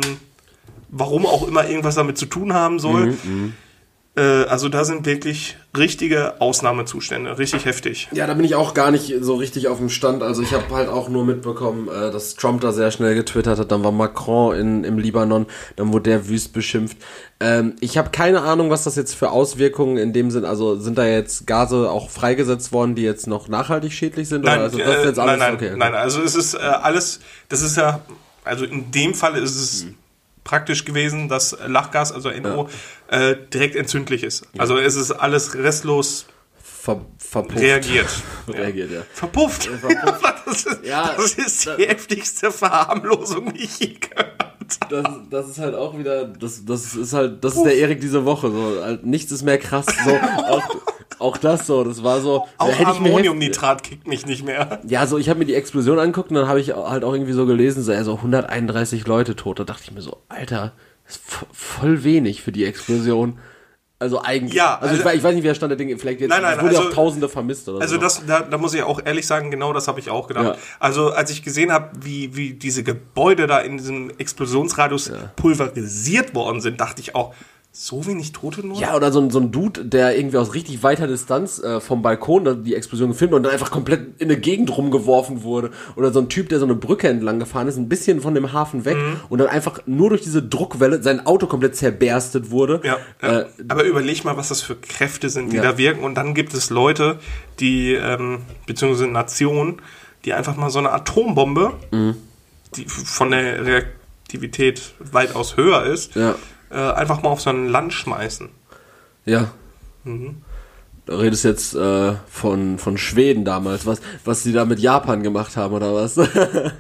Speaker 1: warum auch immer, irgendwas damit zu tun haben soll.
Speaker 2: Mhm,
Speaker 1: äh, also da sind wirklich richtige Ausnahmezustände, richtig heftig.
Speaker 2: Ja, da bin ich auch gar nicht so richtig auf dem Stand. Also ich habe halt auch nur mitbekommen, äh, dass Trump da sehr schnell getwittert hat. Dann war Macron in, im Libanon, dann wurde der wüst beschimpft. Ähm, ich habe keine Ahnung, was das jetzt für Auswirkungen in dem Sinn, also sind da jetzt Gase auch freigesetzt worden, die jetzt noch nachhaltig schädlich sind?
Speaker 1: Nein,
Speaker 2: oder? Also das ist
Speaker 1: äh,
Speaker 2: jetzt alles
Speaker 1: nein, nein,
Speaker 2: okay, okay.
Speaker 1: nein, also es ist äh, alles, das ist ja, also in dem Fall ist es
Speaker 2: Mhm.
Speaker 1: praktisch gewesen, dass Lachgas, also N O, ja. äh, direkt entzündlich ist. Ja. Also es ist alles restlos
Speaker 2: Ver, verpufft.
Speaker 1: reagiert.
Speaker 2: reagiert, ja.
Speaker 1: Verpufft.
Speaker 2: Ja, verpufft.
Speaker 1: das ist,
Speaker 2: Ja,
Speaker 1: das ist
Speaker 2: da-
Speaker 1: die heftigste Verharmlosung, die ich je gehört habe.
Speaker 2: Das, das ist halt auch wieder, das, das ist halt, das ist der Erik diese Woche, so, halt, nichts ist mehr krass, so, auch, auch das so, das war so, da
Speaker 1: Auch
Speaker 2: hätte ich mir heft-
Speaker 1: Ammoniumnitrat kickt mich nicht mehr.
Speaker 2: Ja, so, ich habe mir die Explosion angeguckt und dann habe ich halt auch irgendwie so gelesen, so, ja, so hunderteinunddreißig Leute tot, da dachte ich mir so, Alter, das ist vo- voll wenig für die Explosion. Also eigentlich,
Speaker 1: Ja,
Speaker 2: also, ich,
Speaker 1: also-
Speaker 2: weiß, ich weiß nicht, wie der Stand der Dinge, vielleicht jetzt,
Speaker 1: Nein, nein,
Speaker 2: es wurde ja
Speaker 1: also-
Speaker 2: auch Tausende vermisst oder
Speaker 1: Also
Speaker 2: so.
Speaker 1: das, da, da muss ich auch ehrlich sagen, genau das habe ich auch gedacht.
Speaker 2: Ja.
Speaker 1: Also als ich gesehen habe, wie, wie diese Gebäude da in diesem Explosionsradius pulverisiert worden sind, dachte ich auch, so wenig Tote nur?
Speaker 2: Ja, oder so ein, so ein Dude, der irgendwie aus richtig weiter Distanz äh, vom Balkon da die Explosion gefilmt hat und dann einfach komplett in eine Gegend rumgeworfen wurde. Oder so ein Typ, der so eine Brücke entlang gefahren ist, ein bisschen von dem Hafen weg
Speaker 1: Mhm.
Speaker 2: und dann einfach nur durch diese Druckwelle sein Auto komplett zerberstet wurde.
Speaker 1: Ja, ja.
Speaker 2: Äh,
Speaker 1: Aber überleg mal, was das für Kräfte sind, die
Speaker 2: Ja.
Speaker 1: da wirken. Und dann gibt es Leute, die, ähm, beziehungsweise Nationen, die einfach mal so eine Atombombe,
Speaker 2: Mhm.
Speaker 1: die von der Reaktivität weitaus höher ist,
Speaker 2: ja,
Speaker 1: äh, einfach mal auf so ein Land schmeißen.
Speaker 2: ja.
Speaker 1: Mhm.
Speaker 2: Da redest du jetzt äh, von, von Schweden damals, was, was die da mit Japan gemacht haben, oder was? So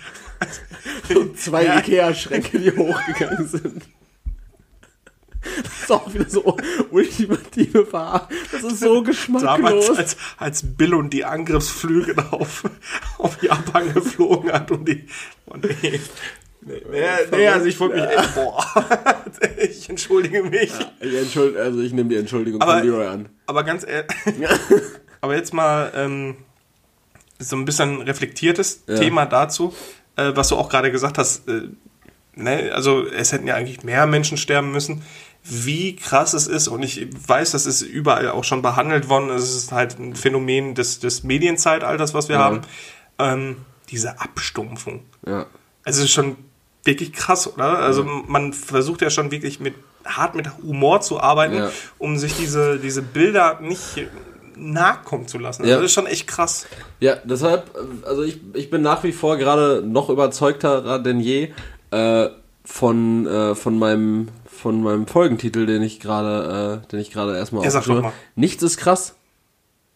Speaker 2: zwei
Speaker 1: Ja.
Speaker 2: Ikea-Schränke, die hochgegangen sind. Das ist auch wieder so ultimative Verarschung. Das ist so
Speaker 1: Damals,
Speaker 2: geschmacklos.
Speaker 1: als, als Bill und die Angriffsflüge da auf, auf Japan geflogen hat und die. Oh nee. Nee, nee, nee, also ich wollte mich. Boah. Ich entschuldige mich.
Speaker 2: Ich entschuld, also ich nehme die Entschuldigung
Speaker 1: Aber-
Speaker 2: von Leroy an.
Speaker 1: Aber ganz ehrlich. Aber jetzt mal ähm, so ein bisschen reflektiertes
Speaker 2: Ja.
Speaker 1: Thema dazu, äh, was du auch gerade gesagt hast. Äh, ne, also es hätten ja eigentlich mehr Menschen sterben müssen. Wie krass es ist, und ich weiß, das ist überall auch schon behandelt worden, es ist halt ein Phänomen des, des Medienzeitalters, was wir
Speaker 2: Ja.
Speaker 1: haben, ähm, diese Abstumpfung.
Speaker 2: Ja.
Speaker 1: Also es ist schon wirklich krass, oder? Also man versucht ja schon wirklich mit hart mit Humor zu arbeiten,
Speaker 2: Ja.
Speaker 1: um sich diese, diese Bilder nicht nachkommen zu lassen. Also
Speaker 2: Ja.
Speaker 1: das ist schon echt krass.
Speaker 2: Ja, deshalb, äh, also ich, ich bin nach wie vor gerade noch überzeugter denn je äh, von, äh, von meinem von meinem Folgentitel, den ich gerade äh, den ich gerade erstmal
Speaker 1: Ja, sag
Speaker 2: aufgeschrieben
Speaker 1: doch
Speaker 2: habe. Nichts ist krass.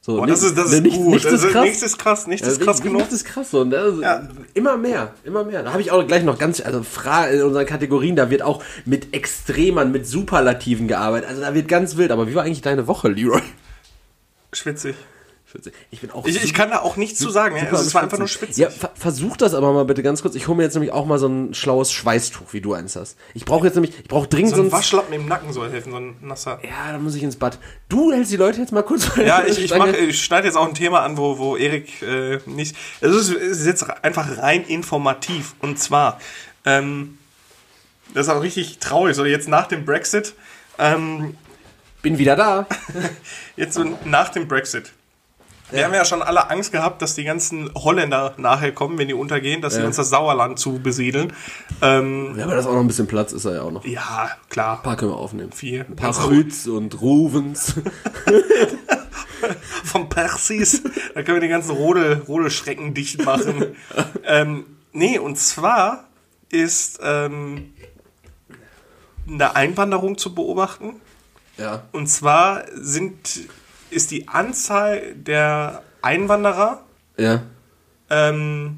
Speaker 2: So,
Speaker 1: oh, das ist, das ist
Speaker 2: nichts,
Speaker 1: gut.
Speaker 2: Nichts ist
Speaker 1: also,
Speaker 2: krass.
Speaker 1: Nichts ist krass, nichts ist krass genug.
Speaker 2: Nichts ist krass. Und, also,
Speaker 1: ja.
Speaker 2: Immer mehr, immer mehr. Da habe ich auch gleich noch ganz, also Fra- in unseren Kategorien, da wird auch mit Extremern, mit Superlativen gearbeitet. Also da wird ganz wild. Aber wie war eigentlich deine Woche, Leroy?
Speaker 1: Schwitzig.
Speaker 2: Ich bin auch
Speaker 1: Ich, ich kann da auch nichts zu sagen. Ja. Also, es war einfach nur schwitzig.
Speaker 2: Ja, ver- versuch das aber mal bitte ganz kurz. Ich hole mir jetzt nämlich auch mal so ein schlaues Schweißtuch, wie du eins hast. Ich brauche jetzt nämlich, ich brauche dringend
Speaker 1: so ein
Speaker 2: so ein
Speaker 1: Waschlappen im Nacken soll helfen, so ein nasser.
Speaker 2: Ja, da muss ich ins Bad. Du hältst die Leute jetzt mal kurz.
Speaker 1: Ja, ich, ich, mach, ich schneide jetzt auch ein Thema an, wo, wo Erik äh, nicht. Es ist, es ist jetzt einfach rein informativ. Und zwar, ähm, das ist auch richtig traurig. So jetzt nach dem Brexit. Ähm,
Speaker 2: Bin wieder da.
Speaker 1: jetzt so nach dem Brexit. Wir ja. haben ja schon alle Angst gehabt, dass die ganzen Holländer nachher kommen, wenn die untergehen, dass sie ja. uns das Sauerland zu besiedeln. Ähm,
Speaker 2: ja, aber das ist auch noch ein bisschen Platz, ist er ja auch noch.
Speaker 1: Ja, klar.
Speaker 2: Ein paar können wir aufnehmen.
Speaker 1: Vier.
Speaker 2: Ein paar Rüts und Ruvens.
Speaker 1: Vom Persis. Da können wir die ganzen Rodel, Rodelschrecken dicht machen. ähm, nee, und zwar ist ähm, eine Einwanderung zu beobachten.
Speaker 2: Ja.
Speaker 1: Und zwar sind... ist die Anzahl der Einwanderer
Speaker 2: ja.
Speaker 1: ähm,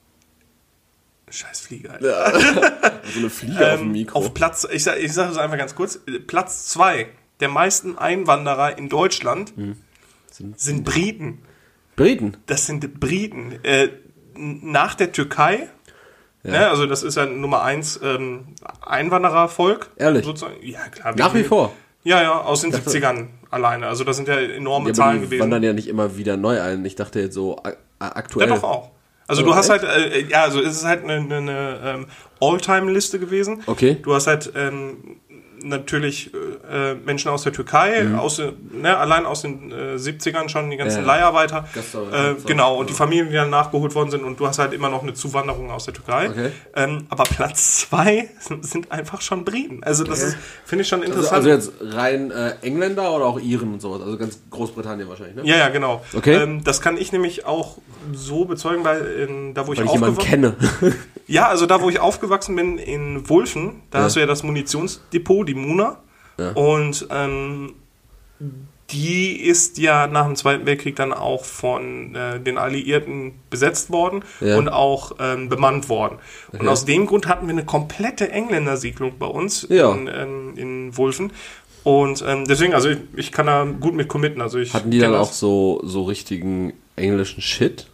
Speaker 1: scheiß Fliege, Alter.
Speaker 2: Ja. So eine Fliege ähm, auf dem Mikro.
Speaker 1: Auf Platz, ich sage ich sag es einfach ganz kurz, Platz zwei der meisten Einwanderer in Deutschland hm. sind, sind Briten.
Speaker 2: Briten?
Speaker 1: Das sind Briten. Äh, nach der Türkei, ja. ne, also das ist ja Nummer eins ähm, Einwanderervolk.
Speaker 2: Ehrlich?
Speaker 1: Sozusagen. Ja, klar.
Speaker 2: Nach wie vor?
Speaker 1: Ja, ja, aus den siebzigern alleine. Also das sind ja enorme
Speaker 2: ja,
Speaker 1: Zahlen
Speaker 2: die
Speaker 1: gewesen. Die
Speaker 2: wandern ja nicht immer wieder neu ein. Ich dachte jetzt so a- aktuell.
Speaker 1: Ja, doch auch. Also oh, du hast echt? halt, äh, ja, also es ist halt eine, eine, eine ähm, All-Time-Liste gewesen.
Speaker 2: Okay.
Speaker 1: Du hast halt ähm, natürlich äh, Menschen aus der Türkei, mhm. aus, ne, allein aus den äh, siebzigern schon, die ganzen ja. Leiharbeiter. Äh, genau, und die Familien, die dann nachgeholt worden sind. Und du hast halt immer noch eine Zuwanderung aus der Türkei.
Speaker 2: Okay.
Speaker 1: Ähm, aber Platz zwei sind einfach schon Briten. Also das okay. ist, finde ich schon interessant.
Speaker 2: Also, also jetzt rein äh, Engländer oder auch Iren und sowas? Also ganz Großbritannien wahrscheinlich, ne?
Speaker 1: Ja, ja, genau.
Speaker 2: Okay.
Speaker 1: Ähm, das kann ich nämlich auch so bezeugen, weil in, da, wo ich,
Speaker 2: weil ich jemanden kenne.
Speaker 1: Ja, also da, wo ich aufgewachsen bin, in Wulfen, da ja. hast du ja das Munitionsdepot, die Muna. Ja. Und ähm, die ist ja nach dem Zweiten Weltkrieg dann auch von äh, den Alliierten besetzt worden ja. und auch ähm, bemannt worden. Okay. Und aus dem Grund hatten wir eine komplette Engländersiedlung bei uns ja. in, in, in Wulfen. Und ähm, deswegen, also ich, ich kann da gut mit committen. Also ich
Speaker 2: hatten die dann auch so, so richtigen englischen Shit?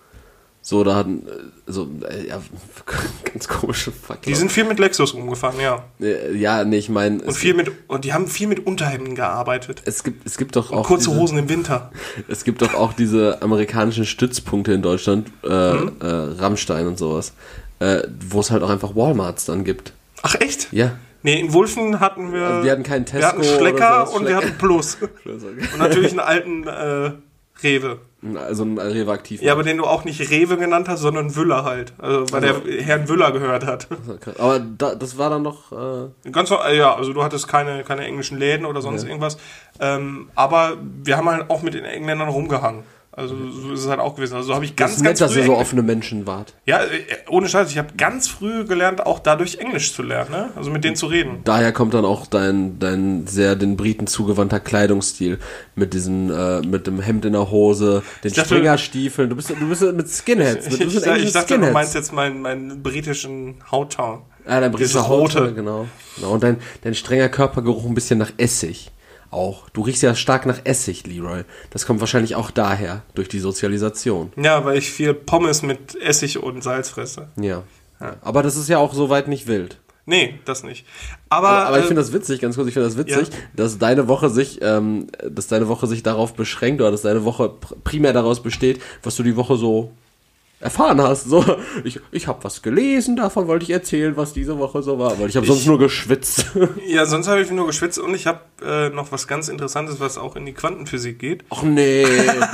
Speaker 2: So, da hatten, so, äh, ja, ganz komische Fuck.
Speaker 1: Die sind viel mit Lexus umgefahren, ja.
Speaker 2: Ja, nee, ich meine.
Speaker 1: Und viel mit, und die haben viel mit Unterhemden gearbeitet.
Speaker 2: Es gibt, es gibt doch
Speaker 1: und
Speaker 2: auch.
Speaker 1: kurze
Speaker 2: diese,
Speaker 1: Hosen im Winter.
Speaker 2: Es gibt doch auch diese amerikanischen Stützpunkte in Deutschland, äh, mhm. äh, Rammstein und sowas, äh, wo es halt auch einfach Walmarts dann gibt.
Speaker 1: Ach, echt?
Speaker 2: Ja.
Speaker 1: Nee, in Wulfen hatten wir.
Speaker 2: Also wir hatten keinen Tesco.
Speaker 1: Wir hatten Schlecker und
Speaker 2: Schlecker.
Speaker 1: wir hatten Plus. Und natürlich einen alten, äh, Rewe.
Speaker 2: Also ein Rewe aktiv.
Speaker 1: Ja, aber den du auch nicht Rewe genannt hast, sondern Wüller halt. Also, weil also, der Herrn Wüller gehört hat.
Speaker 2: Aber da, das war dann noch... Äh
Speaker 1: Ganz, ja, also du hattest keine, keine englischen Läden oder sonst ja. irgendwas. Ähm, aber wir haben halt auch mit den Engländern rumgehangen. Also so ist es halt auch gewesen. Also so habe ich ganz,
Speaker 2: das ist nett,
Speaker 1: ganz früh
Speaker 2: dass ihr so offene Menschen wart.
Speaker 1: Ja, ohne Scheiß. Ich habe ganz früh gelernt, auch dadurch Englisch zu lernen, ne? Also mit denen zu reden.
Speaker 2: Daher kommt dann auch dein, dein sehr den Briten zugewandter Kleidungsstil mit diesen, äh, mit dem Hemd in der Hose, den dachte, Springerstiefeln. Du bist, du bist mit Skinheads.
Speaker 1: Ich,
Speaker 2: du bist
Speaker 1: ich, ich dachte, Skinheads. Du meinst jetzt meinen, meinen britischen Hautton.
Speaker 2: Ah, dein britischer Hautton, genau. genau. Und dein, dein strenger Körpergeruch ein bisschen nach Essig. Auch. Du riechst ja stark nach Essig, Leroy. Das kommt wahrscheinlich auch daher, durch die Sozialisation.
Speaker 1: Ja, weil ich viel Pommes mit Essig und Salz fresse.
Speaker 2: Ja. ja. Aber das ist ja auch soweit nicht wild.
Speaker 1: Nee, das nicht. Aber,
Speaker 2: aber, aber ich
Speaker 1: äh,
Speaker 2: finde das witzig, ganz kurz, ich finde das witzig, ja. dass deine Woche sich, ähm, dass deine Woche sich darauf beschränkt oder dass deine Woche pr- primär daraus besteht, was du die Woche so erfahren hast. So, ich ich habe was gelesen, davon wollte ich erzählen, was diese Woche so war, weil ich habe sonst nur geschwitzt.
Speaker 1: Ja, sonst habe ich nur geschwitzt und ich habe äh, noch was ganz Interessantes, was auch in die Quantenphysik geht.
Speaker 2: Ach nee,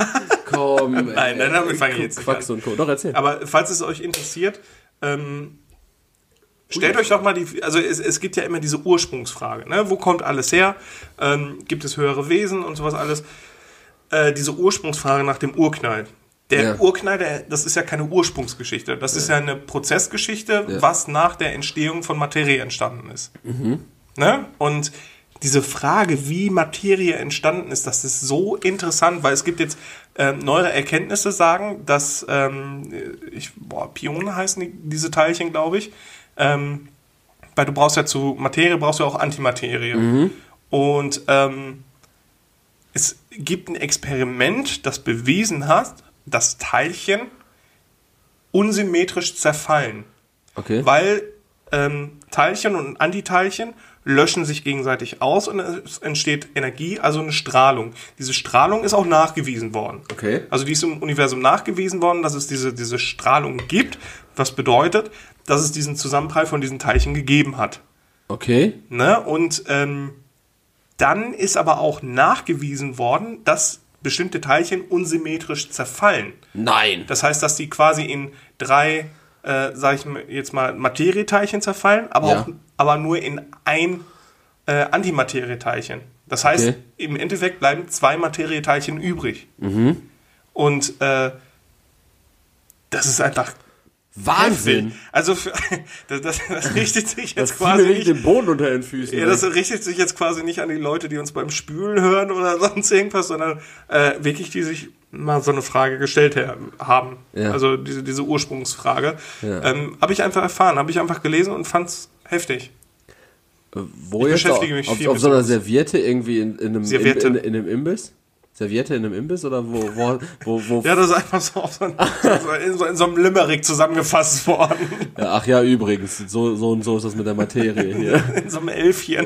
Speaker 2: komm.
Speaker 1: Nein, nein, damit fange ich jetzt nicht
Speaker 2: Quacks
Speaker 1: an.
Speaker 2: Und Co. Doch, erzähl.
Speaker 1: Aber falls es euch interessiert, ähm, stellt euch doch mal die, also es, es gibt ja immer diese Ursprungsfrage, ne? Wo kommt alles her? Ähm, gibt es höhere Wesen und sowas alles? Äh, diese Ursprungsfrage nach dem Urknall. Der ja. Urknall, der, das ist ja keine Ursprungsgeschichte. Das ja. ist ja eine Prozessgeschichte, ja. was nach der Entstehung von Materie entstanden ist.
Speaker 2: Mhm.
Speaker 1: Ne? Und diese Frage, wie Materie entstanden ist, das ist so interessant, weil es gibt jetzt ähm, neuere Erkenntnisse sagen, dass ähm, ich, boah, Pione heißen die, diese Teilchen, glaube ich, ähm, weil du brauchst ja zu Materie, brauchst du auch Antimaterie. Mhm. Und ähm, es gibt ein Experiment, das bewiesen hat, dass Teilchen unsymmetrisch zerfallen.
Speaker 2: Okay.
Speaker 1: Weil ähm, Teilchen und Antiteilchen löschen sich gegenseitig aus und es entsteht Energie, also eine Strahlung. Diese Strahlung ist auch nachgewiesen worden.
Speaker 2: Okay.
Speaker 1: Also die ist im Universum nachgewiesen worden, dass es diese, diese Strahlung gibt, was bedeutet, dass es diesen Zusammenprall von diesen Teilchen gegeben hat.
Speaker 2: Okay.
Speaker 1: Ne? Und ähm, dann ist aber auch nachgewiesen worden, dass bestimmte Teilchen unsymmetrisch zerfallen.
Speaker 2: Nein.
Speaker 1: Das heißt, dass die quasi in drei, äh, sag ich jetzt mal, Materieteilchen zerfallen, aber,
Speaker 2: Ja.
Speaker 1: auch, aber nur in ein äh, Antimaterieteilchen. Das heißt,
Speaker 2: Okay.
Speaker 1: im Endeffekt bleiben zwei Materieteilchen übrig.
Speaker 2: Mhm.
Speaker 1: Und äh, das ist einfach
Speaker 2: Wahnsinn.
Speaker 1: heftig. Also für, das, das, das richtet sich
Speaker 2: Das
Speaker 1: jetzt
Speaker 2: fiel mir
Speaker 1: quasi
Speaker 2: richtig
Speaker 1: nicht.
Speaker 2: den Boden unter den Füßen.
Speaker 1: Ja, das richtet sich jetzt quasi nicht an die Leute, die uns beim Spülen hören oder sonst irgendwas, sondern äh, wirklich, die sich mal so eine Frage gestellt haben.
Speaker 2: Ja.
Speaker 1: Also diese, diese Ursprungsfrage.
Speaker 2: Ja.
Speaker 1: Ähm, habe ich einfach erfahren, habe ich einfach gelesen und fand's heftig.
Speaker 2: Wo
Speaker 1: Ich
Speaker 2: jetzt?
Speaker 1: beschäftige mich
Speaker 2: auf,
Speaker 1: viel
Speaker 2: auf
Speaker 1: mit
Speaker 2: so einer
Speaker 1: sowas.
Speaker 2: Serviette irgendwie in, in, einem,
Speaker 1: Serviette.
Speaker 2: In, in, in einem Imbiss? Serviette in einem Imbiss oder wo, wo, wo, wo
Speaker 1: Ja, das ist einfach so, auf so, ein, so, in, so in so einem Limerick zusammengefasst worden.
Speaker 2: Ja, ach ja, übrigens, so, so und so ist das mit der Materie hier.
Speaker 1: In so einem Elfchen.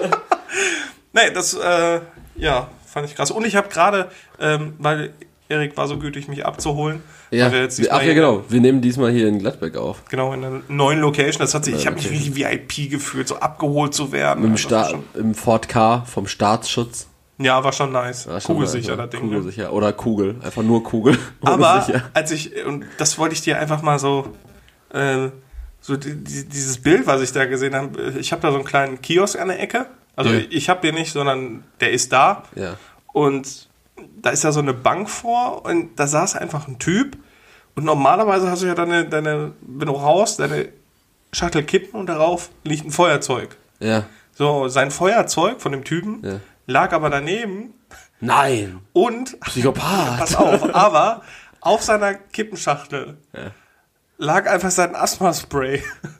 Speaker 1: Nee, das, äh, ja, fand ich krass. Und ich habe gerade, ähm, weil Erik war so gütig, mich abzuholen.
Speaker 2: Ja,
Speaker 1: weil wir jetzt
Speaker 2: wir,
Speaker 1: diesmal
Speaker 2: ach ja,
Speaker 1: hier-
Speaker 2: genau. Wir nehmen diesmal hier in Gladbeck auf.
Speaker 1: Genau, in einer neuen Location. Das hat sich, ich habe mich
Speaker 2: Location.
Speaker 1: richtig V I P gefühlt, so abgeholt zu werden.
Speaker 2: Mit dem
Speaker 1: Also das war
Speaker 2: Sta-
Speaker 1: schon,
Speaker 2: im Ford K vom Staatsschutz.
Speaker 1: ja, war schon nice.
Speaker 2: Ja, schon
Speaker 1: Kugelsicher,
Speaker 2: mal,
Speaker 1: das Ding. ne?
Speaker 2: Kugelsicher. Oder Kugel. Einfach nur Kugel. Ohne
Speaker 1: Aber
Speaker 2: sicher.
Speaker 1: als ich, und das wollte ich dir einfach mal so, äh, so die, die, dieses Bild, was ich da gesehen habe, ich habe da so einen kleinen Kiosk an der Ecke. Also
Speaker 2: Ja.
Speaker 1: ich habe den nicht, sondern der ist da.
Speaker 2: Ja.
Speaker 1: Und da ist ja so eine Bank vor und da saß einfach ein Typ. Und normalerweise hast du ja deine, deine wenn du raus, deine Schachtel kippen und darauf liegt ein Feuerzeug.
Speaker 2: Ja.
Speaker 1: So, sein Feuerzeug von dem Typen
Speaker 2: Ja.
Speaker 1: lag aber daneben
Speaker 2: Nein.
Speaker 1: und,
Speaker 2: Psychopath.
Speaker 1: pass auf, aber auf seiner Kippenschachtel
Speaker 2: Ja.
Speaker 1: lag einfach sein Asthma-Spray.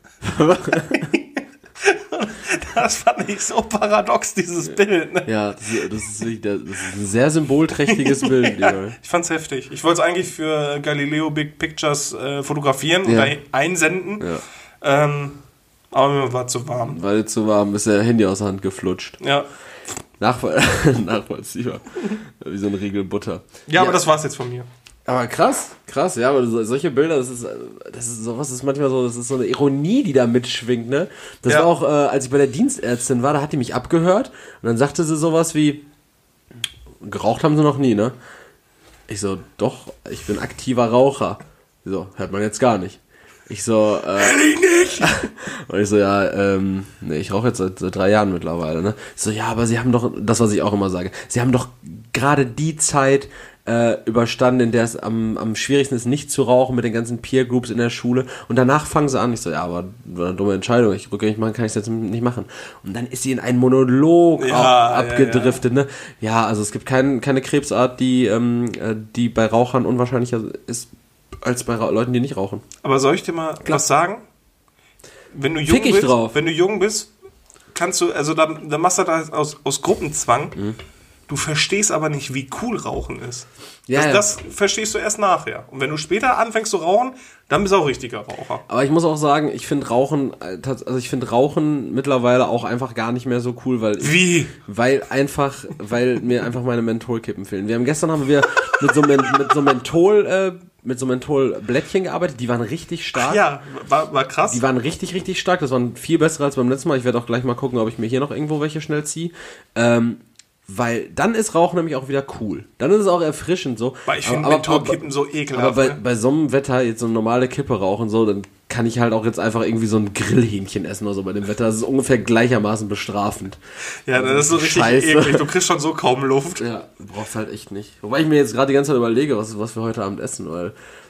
Speaker 1: Das fand ich so paradox, dieses Bild. Ne?
Speaker 2: Ja, das ist, das, ist wirklich, das ist ein sehr symbolträchtiges Bild.
Speaker 1: Ja,
Speaker 2: Junge.
Speaker 1: ich fand's heftig. Ich wollte es eigentlich für Galileo Big Pictures äh, fotografieren
Speaker 2: Ja.
Speaker 1: oder einsenden.
Speaker 2: Ja.
Speaker 1: Ähm, aber mir war zu warm.
Speaker 2: Weil es zu warm ist, der Handy aus der Hand geflutscht.
Speaker 1: Ja,
Speaker 2: Nachvoll Nachvollziehbar. Wie so ein Riegel Butter.
Speaker 1: ja, aber das war's jetzt von mir.
Speaker 2: Aber krass, krass, ja, aber so, solche Bilder, das ist, das ist sowas ist manchmal so, das ist so eine Ironie, die da mitschwingt, ne? Das
Speaker 1: Ja.
Speaker 2: war auch, äh, als ich bei der Dienstärztin war, da hat die mich abgehört und dann sagte sie sowas wie, geraucht haben sie noch nie, ne? Ich so, doch, ich bin aktiver Raucher. Sie so, hört man jetzt gar nicht. Ich so, äh,
Speaker 1: Ich nicht!
Speaker 2: und ich so, ja, ähm, nee, ich rauche jetzt seit, seit drei Jahren mittlerweile, ne? Ich so, ja, aber sie haben doch, das, was ich auch immer sage, sie haben doch gerade die Zeit äh, überstanden, in der es am, am schwierigsten ist, nicht zu rauchen mit den ganzen Peer Groups in der Schule und danach fangen sie an. Ich so, ja, aber war eine dumme Entscheidung, ich rückgängig machen kann ich es jetzt nicht machen. Und dann ist sie in einen Monolog
Speaker 1: Ja,
Speaker 2: auch
Speaker 1: ja,
Speaker 2: abgedriftet, ne? Ja, also es gibt kein, keine Krebsart, die, ähm, äh, die bei Rauchern unwahrscheinlicher ist als bei Ra- Leuten, die nicht rauchen.
Speaker 1: Aber soll ich dir mal was sagen? Wenn du jung
Speaker 2: Fick ich
Speaker 1: bist,
Speaker 2: drauf.
Speaker 1: wenn du jung bist, kannst du, also dann, dann machst du das aus, aus Gruppenzwang.
Speaker 2: Mhm.
Speaker 1: Du verstehst aber nicht, wie cool Rauchen ist.
Speaker 2: Ja,
Speaker 1: das,
Speaker 2: ja.
Speaker 1: das verstehst du erst nachher. Und wenn du später anfängst zu rauchen, dann bist du auch richtiger Raucher.
Speaker 2: Aber ich muss auch sagen, ich finde Rauchen, äh, tats- also ich finde Rauchen mittlerweile auch einfach gar nicht mehr so cool, weil ich,
Speaker 1: Wie?
Speaker 2: weil einfach, weil mir einfach meine Mentholkippen fehlen. Wir haben gestern haben wir mit so Men, mit so Menthol, äh, mit so Mentholblättchen gearbeitet, die waren richtig stark.
Speaker 1: Ja, war, war krass.
Speaker 2: Die waren richtig, richtig stark. Das waren viel bessere als beim letzten Mal. Ich werde auch gleich mal gucken, ob ich mir hier noch irgendwo welche schnell ziehe. Ähm, weil dann ist Rauchen nämlich auch wieder cool. Dann ist es auch erfrischend so.
Speaker 1: Weil ich finde
Speaker 2: Aber-
Speaker 1: Mentholkippen so
Speaker 2: Aber
Speaker 1: ekelhaft.
Speaker 2: bei,
Speaker 1: ne?
Speaker 2: bei so einem Wetter jetzt so eine normale Kippe rauchen, so, dann kann ich halt auch jetzt einfach irgendwie so ein Grillhähnchen essen oder so bei dem Wetter. Das ist ungefähr gleichermaßen bestrafend.
Speaker 1: Ja, das ist so richtig
Speaker 2: Scheiße.
Speaker 1: eklig. Du kriegst schon so kaum Luft.
Speaker 2: Ja, du brauchst halt echt nicht. Wobei ich mir jetzt gerade die ganze Zeit überlege, was, was wir heute Abend essen, weil